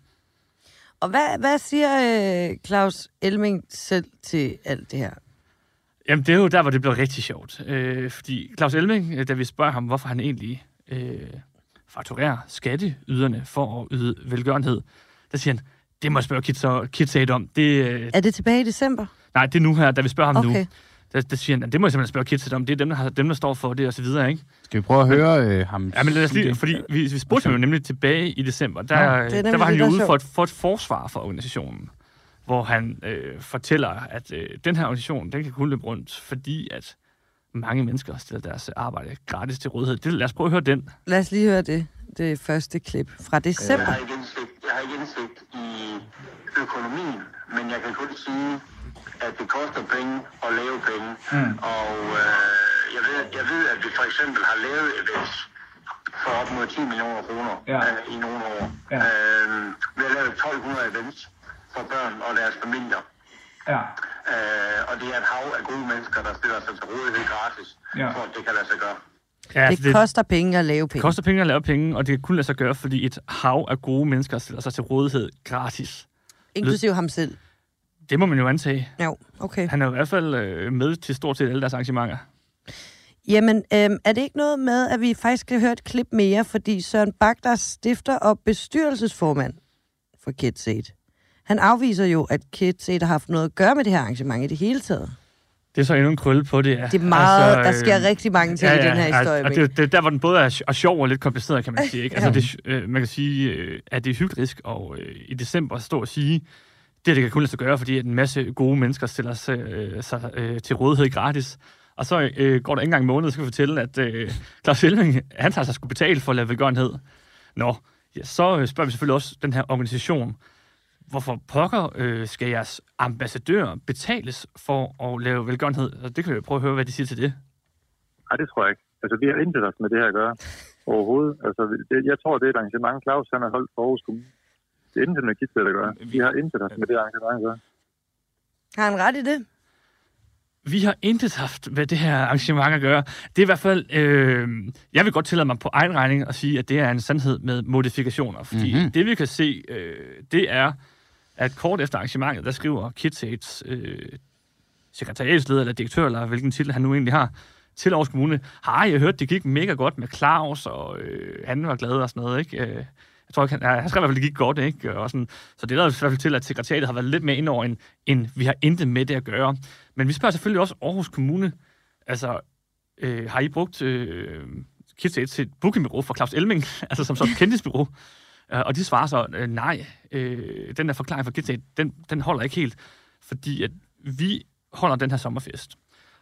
Og hvad, hvad siger øh, Claus Elming selv til alt det her? Jamen, det er jo der, hvor det bliver rigtig sjovt. Øh, fordi Claus Elming, da vi spørger ham, hvorfor han egentlig øh, fakturerer skatteyderne for at yde velgørenhed, der siger han, det må jeg spørge Kids, Kids Aid om. Det, øh, er det tilbage i december? Nej, det er nu her, da vi spørger ham okay. nu. Der, der siger han, det må jeg simpelthen spørge Kids Aid om. Det er dem, der, har, dem, der står for det, og så videre, ikke? Skal vi prøve at høre øh, ham? Ja, men lad os lige, fordi vi, vi spurgte ham jo nemlig tilbage i december. Der, ja, der var han jo ude for et, for et forsvar for organisationen, hvor han øh, fortæller, at øh, den her organisation, den kan kun løbe rundt, fordi at mange mennesker stiller deres arbejde gratis til rådighed. Det, lad os prøve at høre den. Lad os lige høre det. Det første klip fra december. Jeg har ikke indsigt, jeg har ikke indsigt i økonomien, men jeg kan kun sige, at det koster penge at lave penge. Mm. Og øh, jeg, ved, jeg ved, at vi for eksempel har lavet events for op mod ti millioner kroner ja. øh, i nogle år. Ja. Øh, vi har lavet tolv hundrede events for børn og deres familier. Ja. Øh, og det er et hav af gode mennesker, der stiller sig til rådighed gratis, ja. for at det kan lade sig gøre. Ja, det, det koster penge at lave penge. Det koster penge at lave penge, og det kan kun lade sig gøre, fordi et hav af gode mennesker stiller sig til rådighed gratis. Inklusive ham selv? Det må man jo antage. Jo, okay. Han er i hvert fald øh, med til stort set alle deres arrangementer. Jamen, øhm, er det ikke noget med, at vi faktisk skal høre et klip mere, fordi Søren Bak, der stifter og bestyrelsesformand for Kids Aid, han afviser jo, at Kids Aid har haft noget at gøre med det her arrangement i det hele taget. Det er så endnu en krølle på det, ja. Det er meget, altså, der sker øh, rigtig mange ting ja, ja, i den her historie. Ja, og det, det, der, hvor den både er, er sjov og lidt kompliceret, kan man sige. Ikke? Altså, det, øh, man kan sige, øh, at det er hyggelig og øh, i december stå og sige, det, det kan kun lade sig gøre, fordi at en masse gode mennesker stiller sig, øh, sig øh, til rådighed gratis. Og så øh, går der ikke engang en måned, så skal vi fortælle, at øh, Claus Elming, han tager sig skulle betale for at lave velgørenhed. Nå, ja, så spørger vi selvfølgelig også den her organisation, hvorfor pokker øh, skal jeres ambassadør betales for at lave velgørenhed? Altså, det kan vi prøve at høre, hvad de siger til det. Nej, det tror jeg ikke. Altså, vi har intet os med det her at gøre overhovedet. Altså, det, jeg tror, det er et arrangement, Claus han har holdt for Aarhus Kommune. Det er intet med Kids Aid at gøre. Vi har intet os med det arrangement at gøre. Har han ret i det? Vi har intet haft med det her arrangement at gøre. Det er i hvert fald... Øh, jeg vil godt tillade mig på egen regning at sige, at det er en sandhed med modifikationer. Fordi mm-hmm. det, vi kan se, øh, det er, at kort efter arrangementet, der skriver Kids Aids øh, sekretariatsleder eller direktør, eller hvilken titel han nu egentlig har, til Aarhus Kommune. Har jeg hørt, det gik mega godt med Claus, og øh, han var glad og sådan noget, ikke? Øh, Jeg tror ikke, han, han skrev i hvert fald, det gik godt, ikke? Og sådan. Så det er der i hvert fald til, at sekretariatet har været lidt mere ind over, end, end vi har intet med det at gøre. Men vi spørger selvfølgelig også Aarhus Kommune. Altså, øh, har I brugt øh, Kids Aid til et bookingbureau for Claus Elming? altså som sådan et kendisbureau. Uh, og de svarer så, øh, nej, øh, den der forklaring for Kids Aid, den, den holder ikke helt. Fordi at vi holder den her sommerfest.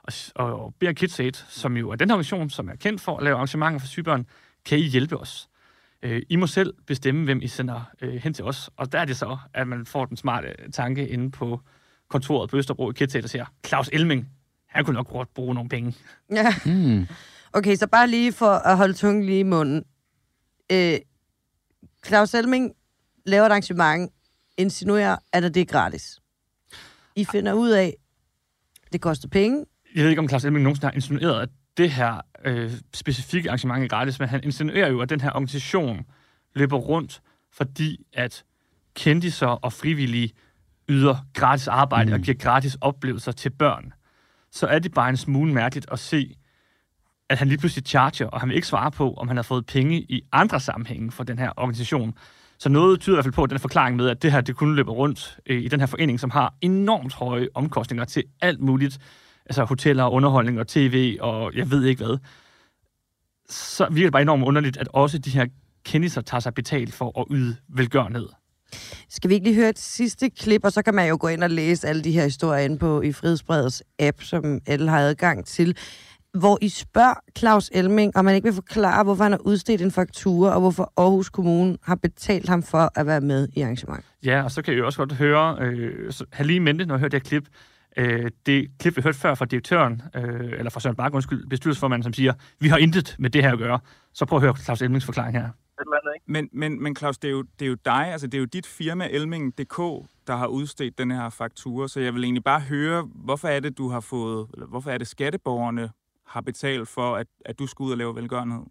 og, og beder KidsAid, som jo er den her organisation, som er kendt for at lave arrangementer for syge børn, kan I hjælpe os? Øh, I må selv bestemme, hvem I sender øh, hen til os. Og der er det så, at man får den smarte tanke inde på kontoret på Østerbro i KidsAid og siger, Claus Elming, han kunne nok godt bruge nogle penge. Ja. Mm. Okay, så bare lige for at holde tungen lige i munden. Øh, Claus Elming laver et arrangement, insinuerer, at det er gratis. I finder ud af, det koster penge. Jeg ved ikke, om Claus Elming nogensinde har insinueret, at det her øh, specifikke arrangement er gratis, men han insinuerer jo, at den her organisation løber rundt, fordi at kendiser og frivillige yder gratis arbejde mm. og giver gratis oplevelser til børn. Så er det bare en smule mærkeligt at se, at han lige pludselig charger, og han vil ikke svare på, om han har fået penge i andre sammenhænge for den her organisation. Så noget tyder i hvert fald på, at den forklaring med, at det her det kunne løbe rundt øh, i den her forening, som har enormt høje omkostninger til alt muligt, altså hoteller, underholdning og tv, og jeg ved ikke hvad. Så virker det bare enormt underligt, at også de her kendiser tager sig betalt for at yde velgørenhed. Skal vi ikke lige høre et sidste klip, og så kan man jo gå ind og læse alle de her historier inde på i Frihedsbredets app, som alle har adgang til, hvor I spørger Claus Elming, om man ikke vil forklare, hvorfor han har udstedt en faktura, og hvorfor Aarhus Kommune har betalt ham for at være med i arrangementet. Ja, og så kan I jo også godt høre, øh, have lige i mente, når jeg hører det her klip, øh, det klip, vi hørte før fra direktøren, øh, eller fra Søren Bark, undskyld, bestyrelsesformanden, som siger, vi har intet med det her at gøre. Så prøv at høre Claus Elmings forklaring her. Men, men, men Claus, det er, jo, det er jo dig, altså det er jo dit firma Elming punktum d k, der har udstedt den her faktura, så jeg vil egentlig bare høre, hvorfor er det, du har fået, eller hvorfor er det skatteborgerne har betalt for, at, at du skal ud og lave velgørenhed?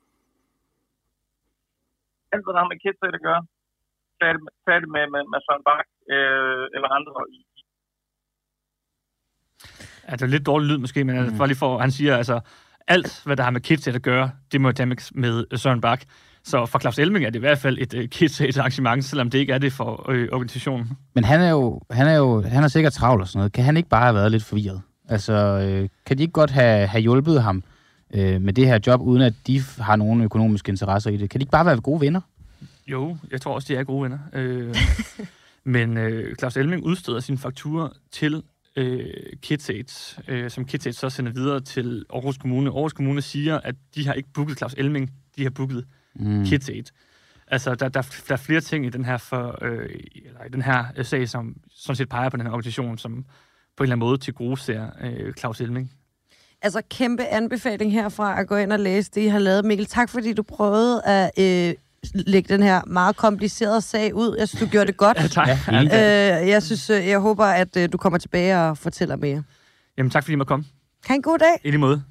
Alt, hvad der har med KidsAid at gøre, tag det med, med, med Søren Bark øh, eller andre. Ja, det er lidt dårlig lyd måske, men mm. bare lige for, han siger, altså, alt, hvad der har med KidsAid at gøre, det må tage med Søren Bark. Så for Claus Elming er det i hvert fald et uh, KidsAid-arrangement, selvom det ikke er det for øh, organisationen. Men han er jo, han er jo, han er sikkert travl og sådan noget. Kan han ikke bare have været lidt forvirret? Altså, øh, kan de ikke godt have, have hjulpet ham øh, med det her job, uden at de har nogen økonomiske interesser i det? Kan de ikke bare være gode venner? Jo, jeg tror også, de er gode venner. Øh, men øh, Claus Elming udsteder sin faktura til øh, KidsAid, øh, som KidsAid så sender videre til Aarhus Kommune. Aarhus Kommune siger, at de har ikke booket Claus Elming, de har booket mm. KidsAid. Altså, der, der, der er flere ting i den her, for, øh, eller i den her sag, som sådan set peger på den her organisation, som på en eller anden måde til gode ser øh, Claus Elming. Altså, kæmpe anbefaling herfra at gå ind og læse det, I har lavet. Mikkel, tak fordi du prøvede at øh, lægge den her meget komplicerede sag ud. Jeg synes, du gjorde det godt. Ja, tak. Ja, øh, jeg synes, øh, jeg håber, at øh, du kommer tilbage og fortæller mere. Jamen, tak fordi I måtte komme. Ha' en god dag. I lige måde.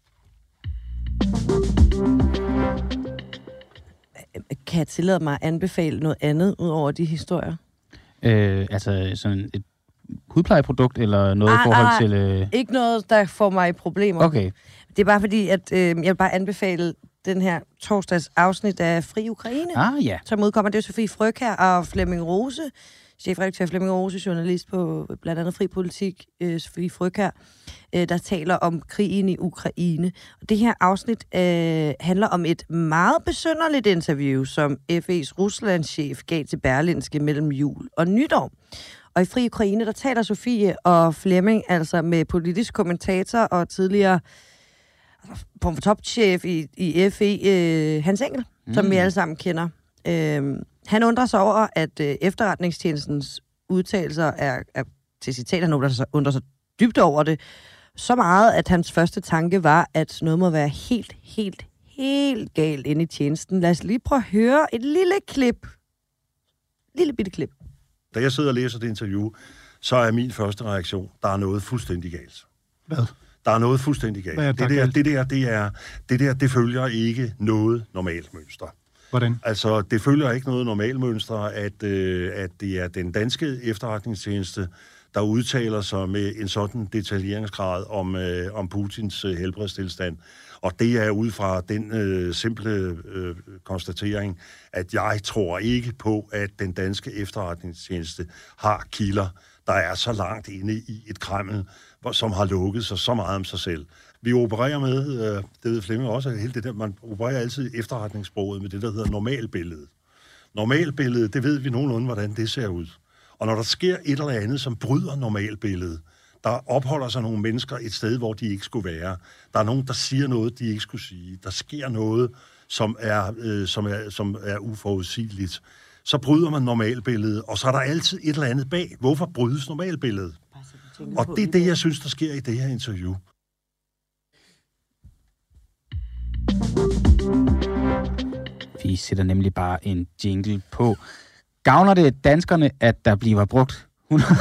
Kan jeg tillade mig at anbefale noget andet, ud over de historier? Øh, altså sådan et hudplejeprodukt, eller noget ah, i forhold ah, til... Øh... Ikke noget, der får mig i problemer. Okay. Det er bare fordi, at øh, jeg vil bare anbefale den her torsdags afsnit af Fri Ukraine, ah, ja. som udkommer. Det er Sofie Frøkjær og Flemming Rose, chefredaktør Flemming Rose, journalist på blandt andet Fri Politik, øh, Sofie Frøkjær, øh, der taler om krigen i Ukraine. Og det her afsnit øh, handler om et meget besynderligt interview, som F E's Ruslandschef gav til Berlingske mellem jul og nytår. Og i Fri Ukraine, der taler Sofie og Flemming altså med politisk kommentator og tidligere på topchef i, i F E, øh, Hans Engel, mm. som vi alle sammen kender. Øh, han undrer sig over, at øh, efterretningstjenestens udtalelser er, er til citat, han undrer sig, undrer sig dybt over det, så meget, at hans første tanke var, at noget må være helt, helt, helt galt inde i tjenesten. Lad os lige prøve at høre et lille klip. Lille bitte klip. Da jeg sidder og læser det interview, så er min første reaktion, der er noget fuldstændig galt. Hvad? Der er noget fuldstændig galt. Hvad er det, der, det, der, det, er, det der, det følger ikke noget normalt mønster. Hvordan? Altså, det følger ikke noget normalt mønster, at, øh, at det er den danske efterretningstjeneste, der udtaler sig med en sådan detaljeringsgrad om, øh, om Putins øh, helbredstilstand. Og det er ud fra den øh, simple øh, konstatering, at jeg tror ikke på, at den danske efterretningstjeneste har kilder, der er så langt inde i et Kreml, som har lukket sig så meget om sig selv. Vi opererer med, øh, det ved Flemming også, hele det der, man opererer altid efterretningssproget med det, der hedder normalbilledet. Normalbilledet, det ved vi nogenlunde, hvordan det ser ud. Og når der sker et eller andet, som bryder normalbilledet, Der opholder sig nogle mennesker et sted, hvor de ikke skulle være. Der er nogen, der siger noget, de ikke skulle sige. Der sker noget, som er, øh, som er, som er uforudsigeligt. Så bryder man normalbilledet, og så er der altid et eller andet bag. Hvorfor brydes normalbilledet? Og det er det, jeg synes, der sker i det her interview. Vi sætter nemlig bare en jingle på. Gavner det danskerne, at der bliver brugt hundrede...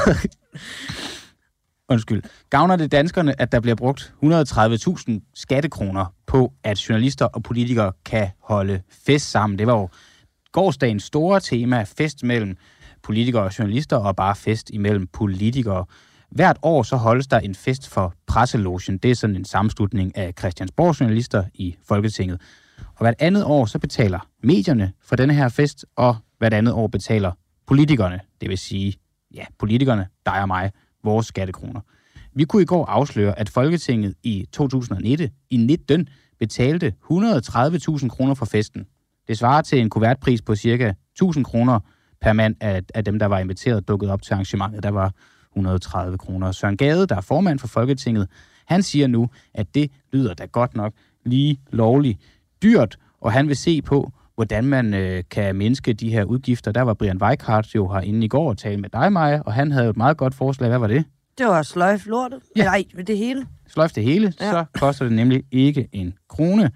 Undskyld. Gavner det danskerne, at der bliver brugt et hundrede og tredive tusind skattekroner på, at journalister og politikere kan holde fest sammen? Det var jo gårsdagens store tema, fest mellem politikere og journalister, og bare fest imellem politikere. Hvert år så holdes der en fest for Presselogen. Det er sådan en sammenslutning af Christiansborg-journalister i Folketinget. Og hvert andet år så betaler medierne for denne her fest, og hvert andet år betaler politikerne, det vil sige, ja, politikerne, dig og mig, vores skattekroner. Vi kunne i går afsløre, at Folketinget i to tusind og nitten, i nitten betalte et hundrede og tredive tusind kroner for festen. Det svarer til en kuvertpris på cirka tusind kroner per mand af, af dem, der var inviteret dukket op til arrangementet. Der var et hundrede og tredive kroner. Søren Gade, der er formand for Folketinget, han siger nu, at det lyder da godt nok lige lovligt dyrt, og han vil se på, hvordan man øh, kan mindske de her udgifter. Der var Brian Weikart jo herinde i går og tale med dig, Maja, og han havde jo et meget godt forslag. Hvad var det? Det var sløjf lortet. Ja. Nej, det hele. Sløjf det hele, ja. Så koster det nemlig ikke en krone.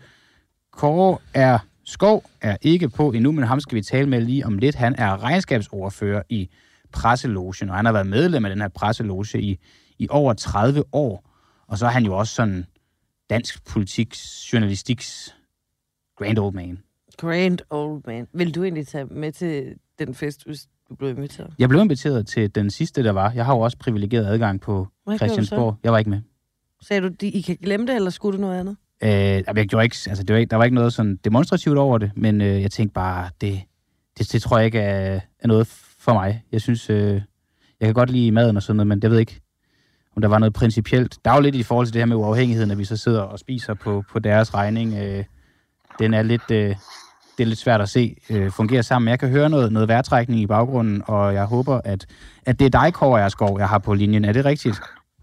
Kåre er Skov er ikke på endnu, men ham skal vi tale med lige om lidt. Han er regnskabsordfører i Presselogen, og han har været medlem af den her Presseloge i, i over tredive år. Og så er han jo også sådan dansk politiks, journalistiks grand old man. Grand old man. Vil du egentlig tage med til den fest, hvis du blev inviteret? Jeg blev inviteret til den sidste, der var. Jeg har jo også privilegeret adgang på Hvad Christiansborg. Jeg var ikke med. Sagde du, I kan glemme det, eller skulle du noget andet? Øh, jeg gjorde ikke, altså det var ikke, der var ikke noget sådan demonstrativt over det, men øh, jeg tænkte bare, det, det, det tror jeg ikke er, er noget for mig. Jeg synes, øh, jeg kan godt lide maden og sådan noget, men jeg ved ikke, om der var noget principielt. Der er jo lidt i forhold til det her med uafhængigheden, at vi så sidder og spiser på, på deres regning. Øh, den er lidt, øh, det er lidt svært at se øh, fungere sammen. Jeg kan høre noget, noget vejrtrækning i baggrunden, og jeg håber, at, at det er dig, Kåre Erskov, jeg har på linjen. Er det rigtigt?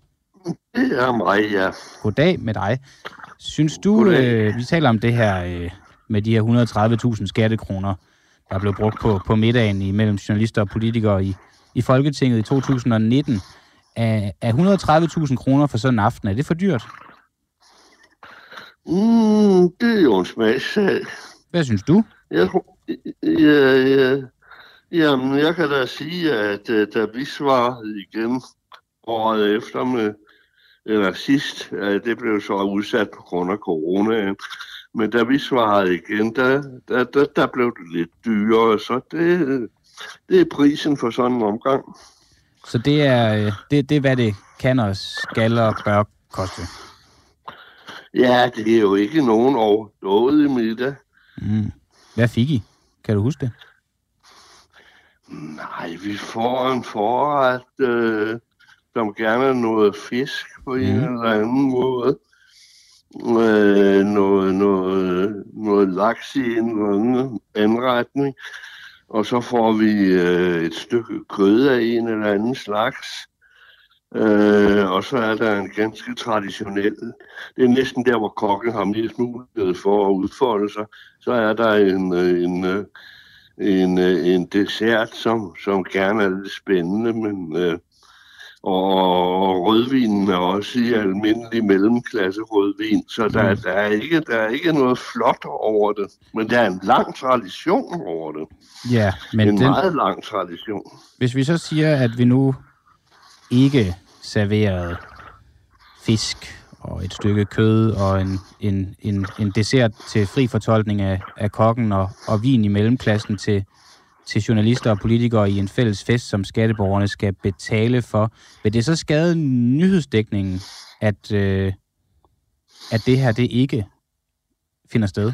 Det er mig, ja. Goddag med dig. Synes du, øh, vi taler om det her øh, med de her et hundrede og tredive tusind skattekroner, der blev brugt på, på middagen imellem journalister og politikere i, i Folketinget i to tusind og nitten. Er, er et hundrede og tredive tusind kroner for sådan en aften, er det for dyrt? Mm, det er jo en smagssag. Hvad synes du? Jeg, ja, ja, jamen, jeg kan da sige, at uh, da vi svarede igen året efter med, eller sidst, uh, det blev så udsat på grund af corona, men da vi svarede igen, der, der, der, der blev det lidt dyrere, så det, det er prisen for sådan en omgang. Så det er, det, det er, hvad det kan og skal og bør koste? Ja, det er jo ikke nogen overdådig middag. Mm. Hvad fik I? Kan du huske det? Nej, vi får en forret, øh, som gerne er noget fisk på mm. en eller anden måde. Øh, noget, noget, noget laks i en eller anden anretning. Og så får vi øh, et stykke kød af en eller anden slags. Øh, og så er der en ganske traditionel, det er næsten der, hvor kokken har mest mulighed for at udfolde sig, så er der en, en, en, en dessert, som, som gerne er lidt spændende, men, øh, og rødvinen er også i almindelig mellemklasse rødvin, så der, der, er ikke, der er ikke noget flot over det, men der er en lang tradition over det. Ja, men en den... meget lang tradition. Hvis vi så siger, at vi nu ikke serverede fisk og et stykke kød og en, en, en, en dessert til fri fortolkning af, af kokken og, og vin i mellemklassen til, til journalister og politikere i en fælles fest, som skatteborgerne skal betale for. Vil det så skade nyhedsdækningen, at, øh, at det her det ikke finder sted?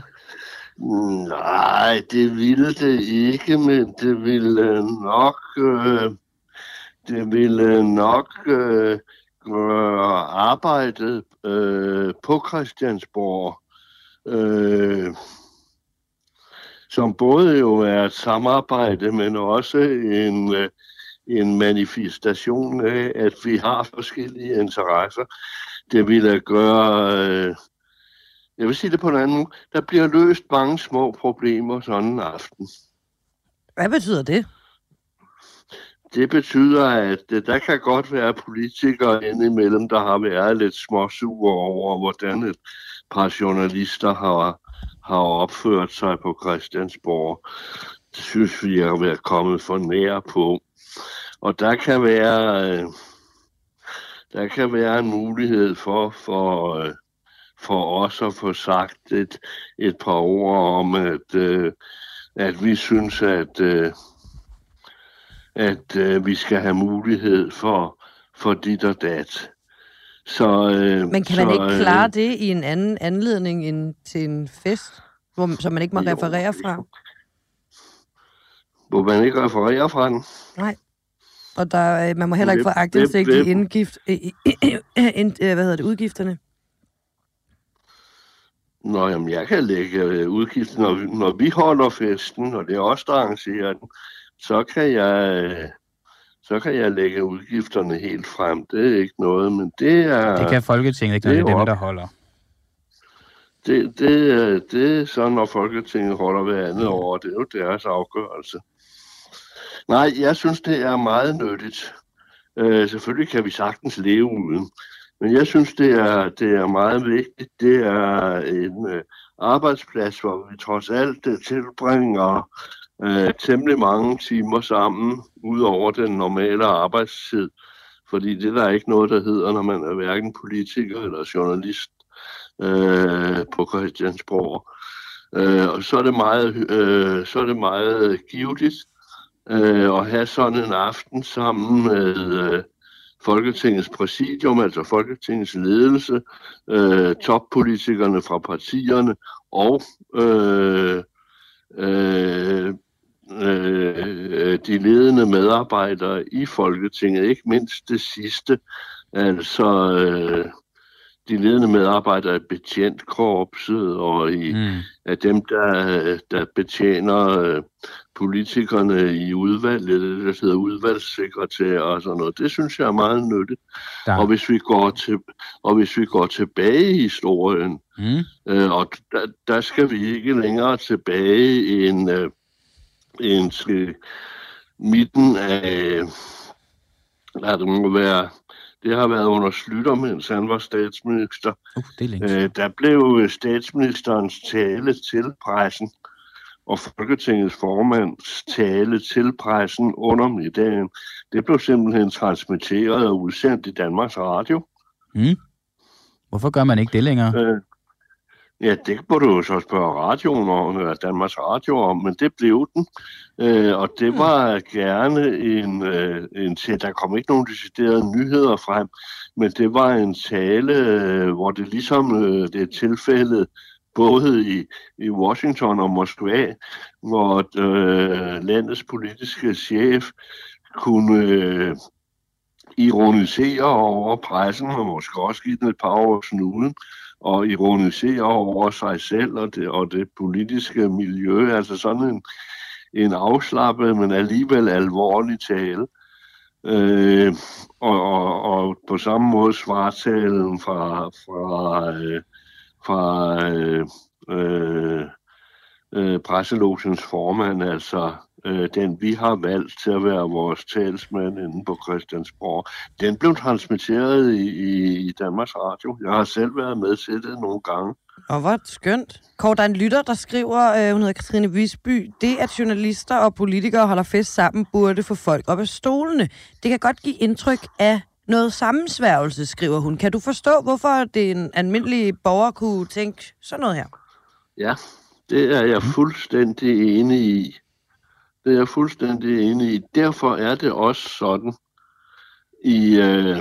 Nej, det ville det ikke, men det ville nok... Øh Det ville nok øh, gøre arbejdet øh, på Christiansborg, øh, som både jo er et samarbejde, men også en, øh, en manifestation af, at vi har forskellige interesser. Det vil da gøre... Øh, jeg vil sige det på en anden måde. Der bliver løst mange små problemer sådan en aften. Hvad betyder det? Det betyder, at der kan godt være politikere indimellem, der har været lidt småsure over, hvordan et par journalister har, har opført sig på Christiansborg. Det synes vi har været kommet for nær på. Og der kan være, der kan være en mulighed for, for, for os at få sagt et, et par ord om, at, at vi synes, at at øh, vi skal have mulighed for, for dit og dat. Så, øh, Men kan så, man ikke klare øh, det i en anden anledning end til en fest, hvor, som man ikke må jo, referere fra? Hvor man ikke refererer fra den? Nej. Og der, øh, man må heller ikke få aktindsigt i indgift, øh, ind, øh, hvad hedder det, udgifterne. Nå, jamen, jeg kan lægge udgiften, når, når vi holder festen, og det er os, der arrangerer den, så kan jeg, så kan jeg lægge udgifterne helt frem. Det er ikke noget, men det er... Det kan Folketinget ikke, når det er dem, der holder. Det, det, det er sådan, når Folketinget holder hver andet år, det er jo deres afgørelse. Nej, jeg synes, det er meget nyttigt. Øh, selvfølgelig kan vi sagtens leve uden. Men jeg synes, det er, det er meget vigtigt. Det er en øh, arbejdsplads, hvor vi trods alt tilbringer øh, temmelig mange timer sammen, ud over den normale arbejdstid. Fordi det der er ikke noget, der hedder, når man er hverken politiker eller journalist øh, på Christiansborg. Øh, og så er det meget, øh, så er det meget givetigt øh, at have sådan en aften sammen med øh, Folketingets præsidium, altså Folketingets ledelse, øh, toppolitikerne fra partierne og øh, øh, øh, de ledende medarbejdere i Folketinget, ikke mindst det sidste, altså øh, de ledende medarbejdere i betjentkorpset og i mm. af dem, der, der betjener øh, politikerne i udvalget, der hedder udvalgssekretærer og sådan noget. Det synes jeg er meget nyttigt. Og hvis vi går til, og hvis vi går tilbage i historien, mm. øh, og der, der skal vi ikke længere tilbage end, øh, end til midten af, lad det må være, det har været under Schlüter, mens han var statsminister. Uh, det er øh, der blev statsministerens tale til pressen og Folketingets formands tale til pressen under middagen. Det blev simpelthen transmitteret og udsendt i Danmarks Radio. Mm. Hvorfor gør man ikke det længere? Øh, ja, det må du jo så spørge radioen om, eller Danmarks Radio om, men det blev den. Øh, og det var gerne en, øh, en til, der kom ikke nogen deciderede nyheder frem, men det var en tale, øh, hvor det ligesom øh, det er tilfældet både i, i Washington og Moskva, hvor øh, landets politiske chef kunne øh, ironisere over pressen, og måske også give den et par år snuden, og ironisere over sig selv og det, og det politiske miljø, altså sådan en, en afslappet, men alligevel alvorlig tale. Øh, og, og, og på samme måde svartalen fra, fra, øh, fra øh, øh, øh, presselogens formand, altså øh, den vi har valgt til at være vores talsmand inde på Christiansborg, den blev transmitteret i, i, i Danmarks Radio. Jeg har selv været med til det nogle gange. Og hvor skønt. Kåre, der er en lytter, der skriver, øh, hun hedder Katrine Visby, det at journalister og politikere holder fest sammen, burde få folk op af stolene. Det kan godt give indtryk af noget sammensværgelse, skriver hun. Kan du forstå, hvorfor det en almindelig borger kunne tænke sådan noget her? Ja, det er jeg fuldstændig enig i. Det er jeg fuldstændig enig i. Derfor er det også sådan, i, øh,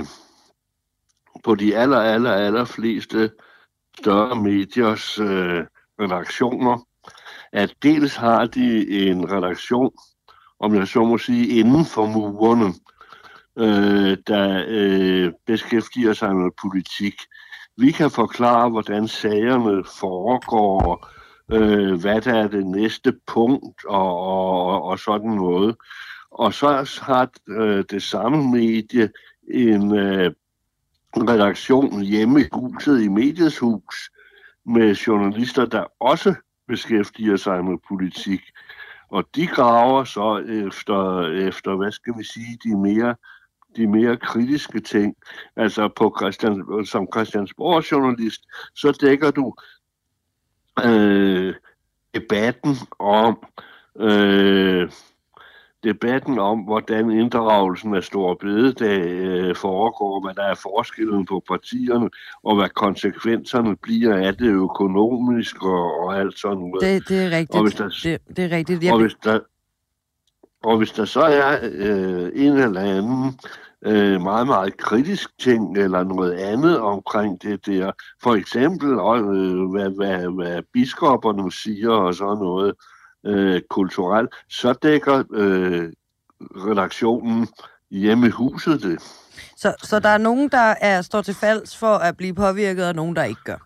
på de aller, aller, aller fleste større mediers øh, redaktioner, at dels har de en redaktion, om jeg så må sige, inden for murene, øh, der øh, beskæftiger sig med politik. Vi kan forklare, hvordan sagerne foregår, øh, hvad der er det næste punkt og, og, og sådan noget. og så har øh, det samme medie en øh, redaktion hjemme i huset i Mediets Hus med journalister, der også beskæftiger sig med politik. Og de graver så efter, efter hvad skal vi sige, de mere, de mere kritiske ting. Altså på Christian, som Christiansborg-journalist, så dækker du øh, debatten om øh, debatten om, hvordan inddragelsen af Store Bededag øh, foregår, hvad der er forskellen på partierne, og hvad konsekvenserne bliver af det økonomisk og, og alt sådan noget. Det, det er rigtigt. Og hvis der, det, det er rigtigt. Jeg... Og, hvis der, og hvis der så er øh, en eller anden øh, meget, meget kritisk ting, eller noget andet omkring det der, for eksempel øh, hvad, hvad, hvad biskopperne siger og sådan noget, Øh, kulturelt, så dækker øh, redaktionen hjemme i huset det. Så, så der er nogen, der er, står til falds for at blive påvirket, og nogen, der ikke gør?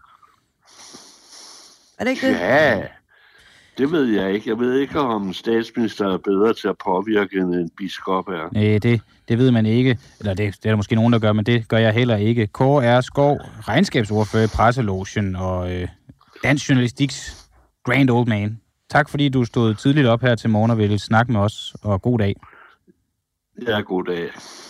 Er det ikke det? Ja, det ved jeg ikke. Jeg ved ikke, om statsminister er bedre til at påvirke, end en biskop er. Nej, det, det ved man ikke. Eller det, det er der måske nogen, der gør, men det gør jeg heller ikke. Kåre R. Skov, regnskabsordfører i Presselogen og øh, Dansk Journalistiks Grand Old Man. Tak fordi du stod tidligt op her til morgen og ville snakke med os, og god dag. Ja, god dag.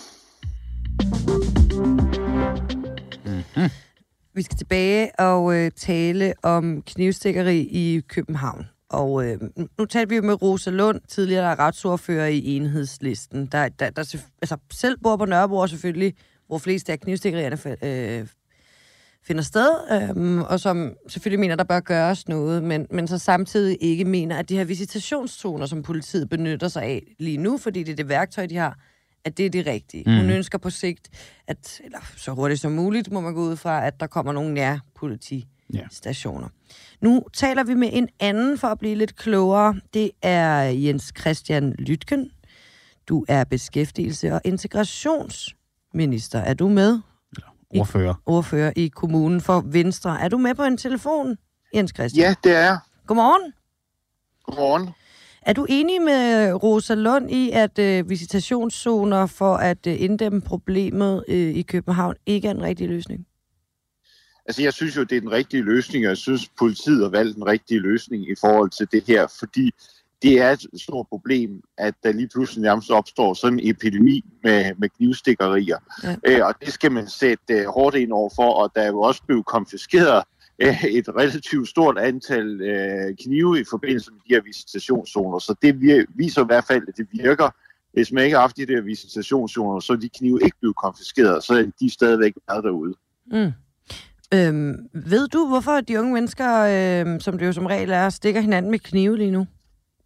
Mm-hmm. Vi skal tilbage og øh, tale om knivstikkeri i København. Og øh, nu talte vi jo med Rosa Lund, tidligere retsordfører i Enhedslisten, der, der, der altså, selv bor på Nørrebro selvfølgelig, hvor flest af knivstikkerierne øh, finder sted, øhm, og som selvfølgelig mener, der bør gøres noget, men, men så samtidig ikke mener, at de her visitationszoner, som politiet benytter sig af lige nu, fordi det er det værktøj, de har, at det er det rigtige. Mm. Hun ønsker på sigt, at, eller så hurtigt som muligt, må man gå ud fra, at der kommer nogle nær politistationer. Ja. Nu taler vi med en anden for at blive lidt klogere. Det er Jens Christian Lytken. Du er beskæftigelse- og integrationsminister. Er du med? Ordfører. I, ordfører i kommunen for Venstre. Er du med på en telefon, Jens Christian? Ja, det er jeg. Godmorgen. Godmorgen. Er du enig med Rosa Lund i, at øh, visitationszoner for at øh, inddæmme problemet øh, i København ikke er en rigtig løsning? Altså, jeg synes jo, det er den rigtige løsning, og jeg synes, politiet har valgt den rigtige løsning i forhold til det her, fordi det er et stort problem, at der lige pludselig nærmest opstår sådan en epidemi med, med knivstikkerier. Ja. Æ, og det skal man sætte uh, hårdt ind over for, og der er jo også blevet konfiskeret uh, et relativt stort antal uh, knive i forbindelse med de her visitationszoner. Så det viser i hvert fald, at det virker. Hvis man ikke har haft de der visitationszoner, så er de knive ikke blevet konfiskeret, så er de stadigvæk været derude. Mm. Øhm, ved du, hvorfor de unge mennesker, øh, som det jo som regel er, stikker hinanden med knive lige nu?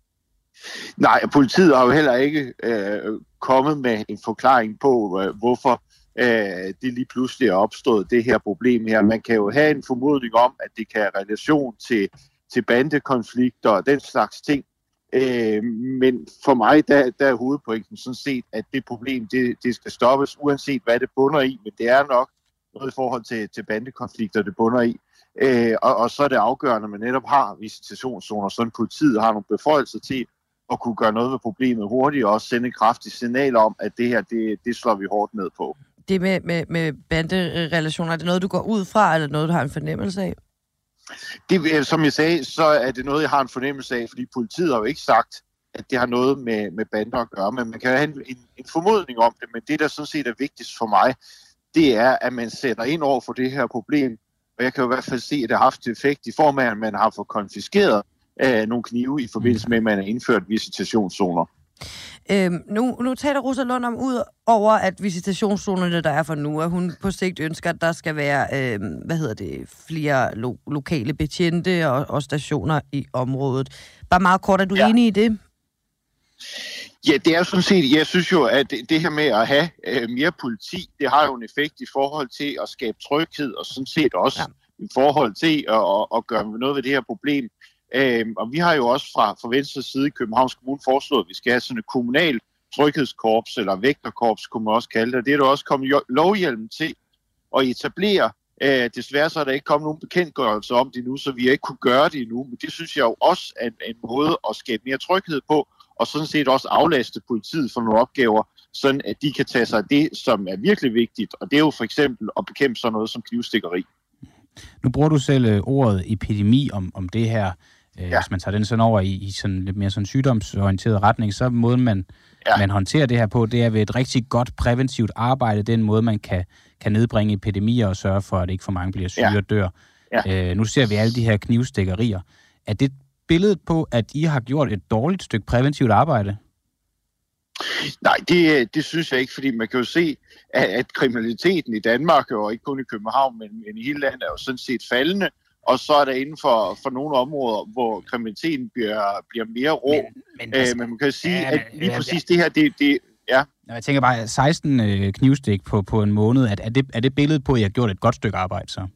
Nej, politiet har jo heller ikke øh, kommet med en forklaring på, øh, hvorfor øh, det lige pludselig er opstået, det her problem her. Man kan jo have en formodning om, at det kan have relation til, til bandekonflikter og den slags ting. Øh, men for mig, der, der er hovedpointen sådan set, at det problem, det, det skal stoppes, uanset hvad det bunder i. Men det er nok noget i forhold til, til bandekonflikter, det bunder i. Øh, og, og så er det afgørende, at man netop har visitationszoner, så politiet har nogle beføjelser til at kunne gøre noget ved problemet hurtigt, og også sende et kraftigt signal om, at det her, det, det slår vi hårdt ned på. Det med, med, med banderelationer, er det noget, du går ud fra, eller noget, du har en fornemmelse af? Det, som jeg sagde, så er det noget, jeg har en fornemmelse af, fordi politiet har jo ikke sagt, at det har noget med, med bander at gøre, men man kan have en, en, en formodning om det, men det, der sådan set er vigtigst for mig, det er, at man sætter ind over for det her problem, og jeg kan jo i hvert fald se, at det har haft effekt i form af, at man har fået konfiskeret af nogle knive i forbindelse med, at man har indført visitationszoner. Øhm, nu, nu taler Rosa Lund om ud over, at visitationszonerne, der er for nu, at hun på sigt ønsker, at der skal være øhm, hvad hedder det, flere lo- lokale betjente og, og stationer i området. Bare meget kort, er du ja. enig i det? Ja, det er jo sådan set, jeg synes jo, at det her med at have øh, mere politi, det har jo en effekt i forhold til at skabe tryghed, og sådan set også ja. i forhold til at, at, at gøre noget ved det her problem. Øhm, og vi har jo også fra, fra Venstres side i Københavns Kommune foreslået, at vi skal have sådan et kommunal tryghedskorps, eller vægterkorps, kunne man også kalde det. Det er der også kommet lovhjelm til at etablere. Øh, desværre så er der ikke kommet nogen bekendtgørelse om det nu, så vi har ikke kunne gøre det endnu. Men det synes jeg jo også er en, en måde at skabe mere tryghed på, og sådan set også aflaste politiet for nogle opgaver, sådan at de kan tage sig af det, som er virkelig vigtigt, og det er jo for eksempel at bekæmpe sådan noget som knivstikkeri. Nu bruger du selv øh, ordet epidemi om, om det her. Øh, ja. Hvis man tager den sådan over i, i sådan lidt mere sådan sygdomsorienteret retning, så måden man, ja. man håndterer det her på, det er ved et rigtig godt præventivt arbejde, den måde man kan, kan nedbringe epidemier og sørge for, at ikke for mange bliver syge ja. og dør. Ja. Øh, nu ser vi alle de her knivstikkerier. Er det billedet på, at I har gjort et dårligt stykke præventivt arbejde? Nej, det, det synes jeg ikke, fordi man kan jo se, at, at kriminaliteten i Danmark, og ikke kun i København, men, men i hele landet, er jo sådan set faldende. Og så er der inden for, for nogle områder, hvor kriminaliteten bliver, bliver mere rå. Men, men, Æh, men man kan sige, ja, at lige præcis det her, det... det ja. Jeg tænker bare, seksten øh, knivstik på, på en måned, er, er, det, er det billedet på, at I har gjort et godt stykke arbejde så?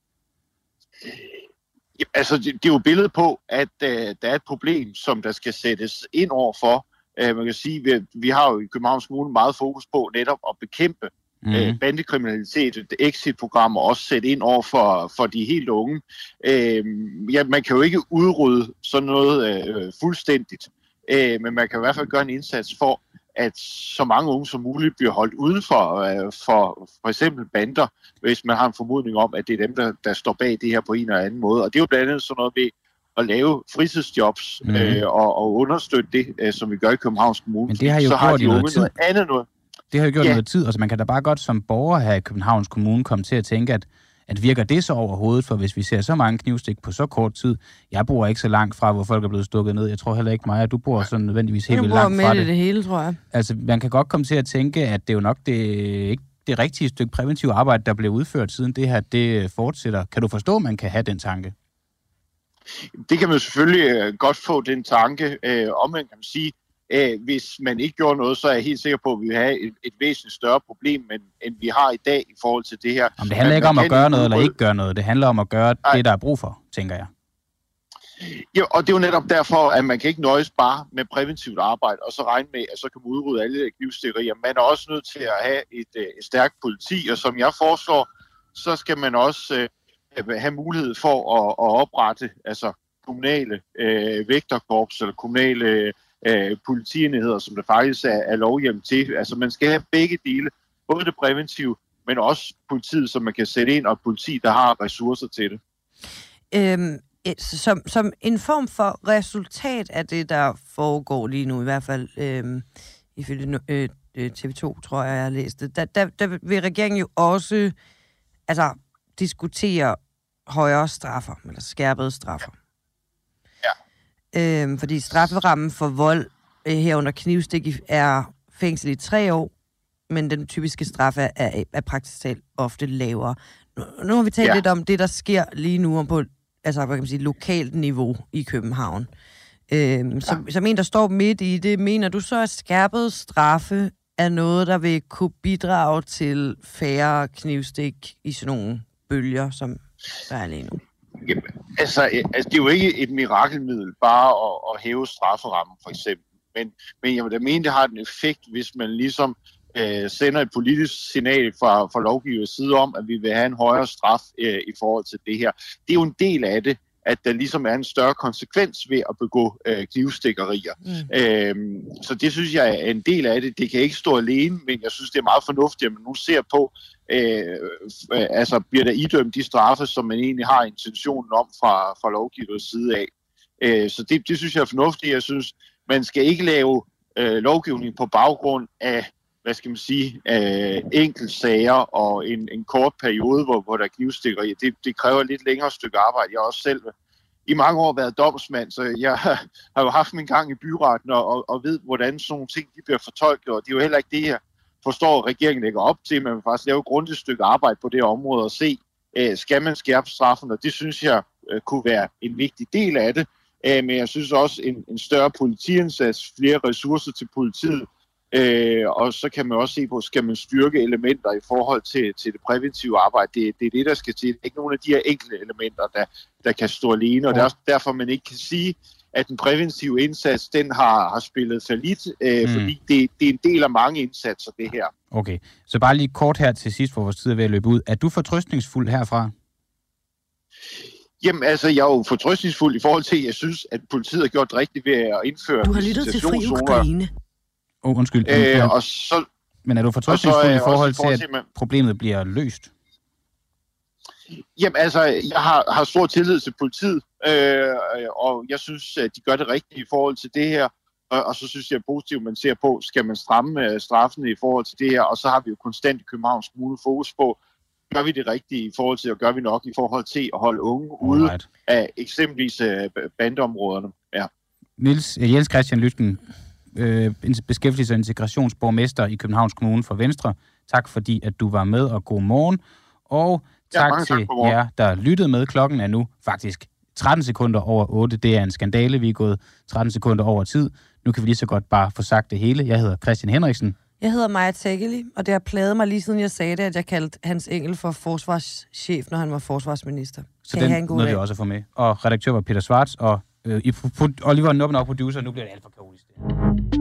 Ja, altså, det, det er jo billedet på, at øh, der er et problem, som der skal sættes ind over for. Æh, man kan sige, vi, vi har jo i Københavns Kommune meget fokus på netop at bekæmpe Mm. Øh, bandekriminalitet, et exit-program og også sætte ind over for, for de helt unge. Øh, ja, man kan jo ikke udrydde sådan noget øh, fuldstændigt, øh, men man kan i hvert fald gøre en indsats for, at så mange unge som muligt bliver holdt uden for, øh, for for eksempel bander, hvis man har en formodning om, at det er dem, der, der står bag det her på en eller anden måde. Og det er jo blandt andet sådan noget ved at lave fritidsjobs mm. øh, og, og understøtte det, øh, som vi gør i Københavns Kommune. Men det har jo så har gjort de i unge noget tid. noget andet noget. Det har jo gjort ja. noget tid, altså man kan da bare godt som borger her i Københavns Kommune komme til at tænke, at, at virker det så overhovedet, for hvis vi ser så mange knivstik på så kort tid, jeg bor ikke så langt fra, hvor folk er blevet stukket ned. Jeg tror heller ikke mig, at du bor sådan nødvendigvis helt vildt langt fra det. Jeg bor det hele, tror jeg. Altså man kan godt komme til at tænke, at det er jo nok det, ikke det rigtige stykke præventiv arbejde, der bliver udført siden det her, det fortsætter. Kan du forstå, at man kan have den tanke? Det kan man selvfølgelig godt få, den tanke, øh, om man kan sige, Æh, hvis man ikke gjorde noget, så er jeg helt sikker på, at vi vil have et, et væsentligt større problem, end, end vi har i dag i forhold til det her. Jamen, det handler ikke om at gøre noget eller ikke gøre noget. Det handler om at gøre Nej. det, der er brug for, tænker jeg. Ja, og det er jo netop derfor, at man kan ikke nøjes bare med præventivt arbejde, og så regne med, at så kan man udrydde alle knivstikkerier. Man er også nødt til at have et, et stærkt politi, og som jeg foreslår, så skal man også øh, have mulighed for at, at oprette altså, kommunale øh, vægterkorps eller kommunale Øh, politienheder, som der faktisk er, er lovhjem til. Altså man skal have begge dele, både det præventive, men også politiet, som man kan sætte ind, og politi, der har ressourcer til det. Øhm, som, som en form for resultat af det, der foregår lige nu, i hvert fald øhm, ifølge øh, T V to, tror jeg, jeg har læst det, der, der, der vil regeringen jo også altså, diskutere højere straffer, eller skærpede straffer. Øhm, fordi strafferammen for vold øh, herunder knivstik er fængsel i tre år, men den typiske straf er, er, er praktisk talt ofte lavere. Nu, nu har vi talt ja. lidt om det, der sker lige nu på altså, hvad kan man sige, lokalt niveau i København. Øhm, ja. som, som en, der står midt i det, mener du så, at skærpet straffe er noget, der vil kunne bidrage til færre knivstik i sådan nogle bølger, som der er lige nu? Jamen, altså, altså, det er jo ikke et mirakelmiddel bare at, at hæve strafferammen, for eksempel. Men, men jeg vil da mene, det har en effekt, hvis man ligesom øh, sender et politisk signal fra, fra lovgivers side om, at vi vil have en højere straf øh, i forhold til det her. Det er jo en del af det, at der ligesom er en større konsekvens ved at begå øh, knivstikkerier. Mm. Øhm, så det synes jeg er en del af det. Det kan ikke stå alene, men jeg synes, det er meget fornuftigt, at man nu ser på, øh, øh, altså bliver der idømt de straffe, som man egentlig har intentionen om fra, fra lovgivers side af. Øh, så det, det synes jeg er fornuftigt. Jeg synes, man skal ikke lave øh, lovgivning på baggrund af, hvad skal man sige, øh, enkeltsager og en, en kort periode, hvor, hvor der er knivstikkerier. Det, det kræver lidt længere stykke arbejde. Jeg har også selv i mange år været domsmand, så jeg har jo haft min gang i byretten og, og, og ved, hvordan sådan nogle ting de bliver fortolket, og det er jo heller ikke det, jeg forstår, at regeringen lægger op til, men man vil faktisk lave et grundigt stykke arbejde på det område og se, øh, skal man skærpe straffen, og det synes jeg øh, kunne være en vigtig del af det, øh, men jeg synes også en, en større politiindsats, flere ressourcer til politiet, Øh, og så kan man også se på, skal man styrke elementer i forhold til, til det præventive arbejde. Det, det er det, der skal til. Det er ikke nogen af de her enkelte elementer, der, der kan stå alene, og det er også derfor, man ikke kan sige, at den præventive indsats, den har, har spillet fallit, øh, mm. fordi det, det er en del af mange indsatser, det her. Okay, så bare lige kort her til sidst, for vores tid er ved at løbe ud. Er du fortrøstningsfuld herfra? Jamen, altså, jeg er jo fortrøstningsfuld i forhold til, at jeg synes, at politiet har gjort rigtigt ved at indføre Du har lyttet til Fri Ukraine. Åh, oh, undskyld. Øh, og så, Men er du fortrøstningsfuld i forhold til, at med, problemet bliver løst? Jamen, altså, jeg har, har stor tillid til politiet, øh, og jeg synes, at de gør det rigtigt i forhold til det her. Og, og så synes jeg, at positivt, man ser på, skal man stramme uh, straffene i forhold til det her, og så har vi jo konstant i Københavns Kommune fokus på, gør vi det rigtige i forhold til, og gør vi nok i forhold til at holde unge ude Alright. af eksempelvis uh, bandeområderne. Ja. Niels, Jens Christian Lytken, øh, beskæftigelses- og integrationsborgmester i Københavns Kommune for Venstre. Tak fordi, at du var med, og god morgen. Og tak ja, til tak jer, der lyttede med. Klokken er nu faktisk tretten sekunder over otte. Det er en skandale. Vi er gået tretten sekunder over tid. Nu kan vi lige så godt bare få sagt det hele. Jeg hedder Christian Henriksen. Jeg hedder Maja Tegeli, og det har plaget mig lige siden jeg sagde det, at jeg kaldte Hans Engel for forsvarschef, når han var forsvarsminister. Så kan den nåede vi også at få med. Og redaktør var Peter Schwartz, og øh, Oliver Nubben og producer. Nu bliver det alt for kaotisk.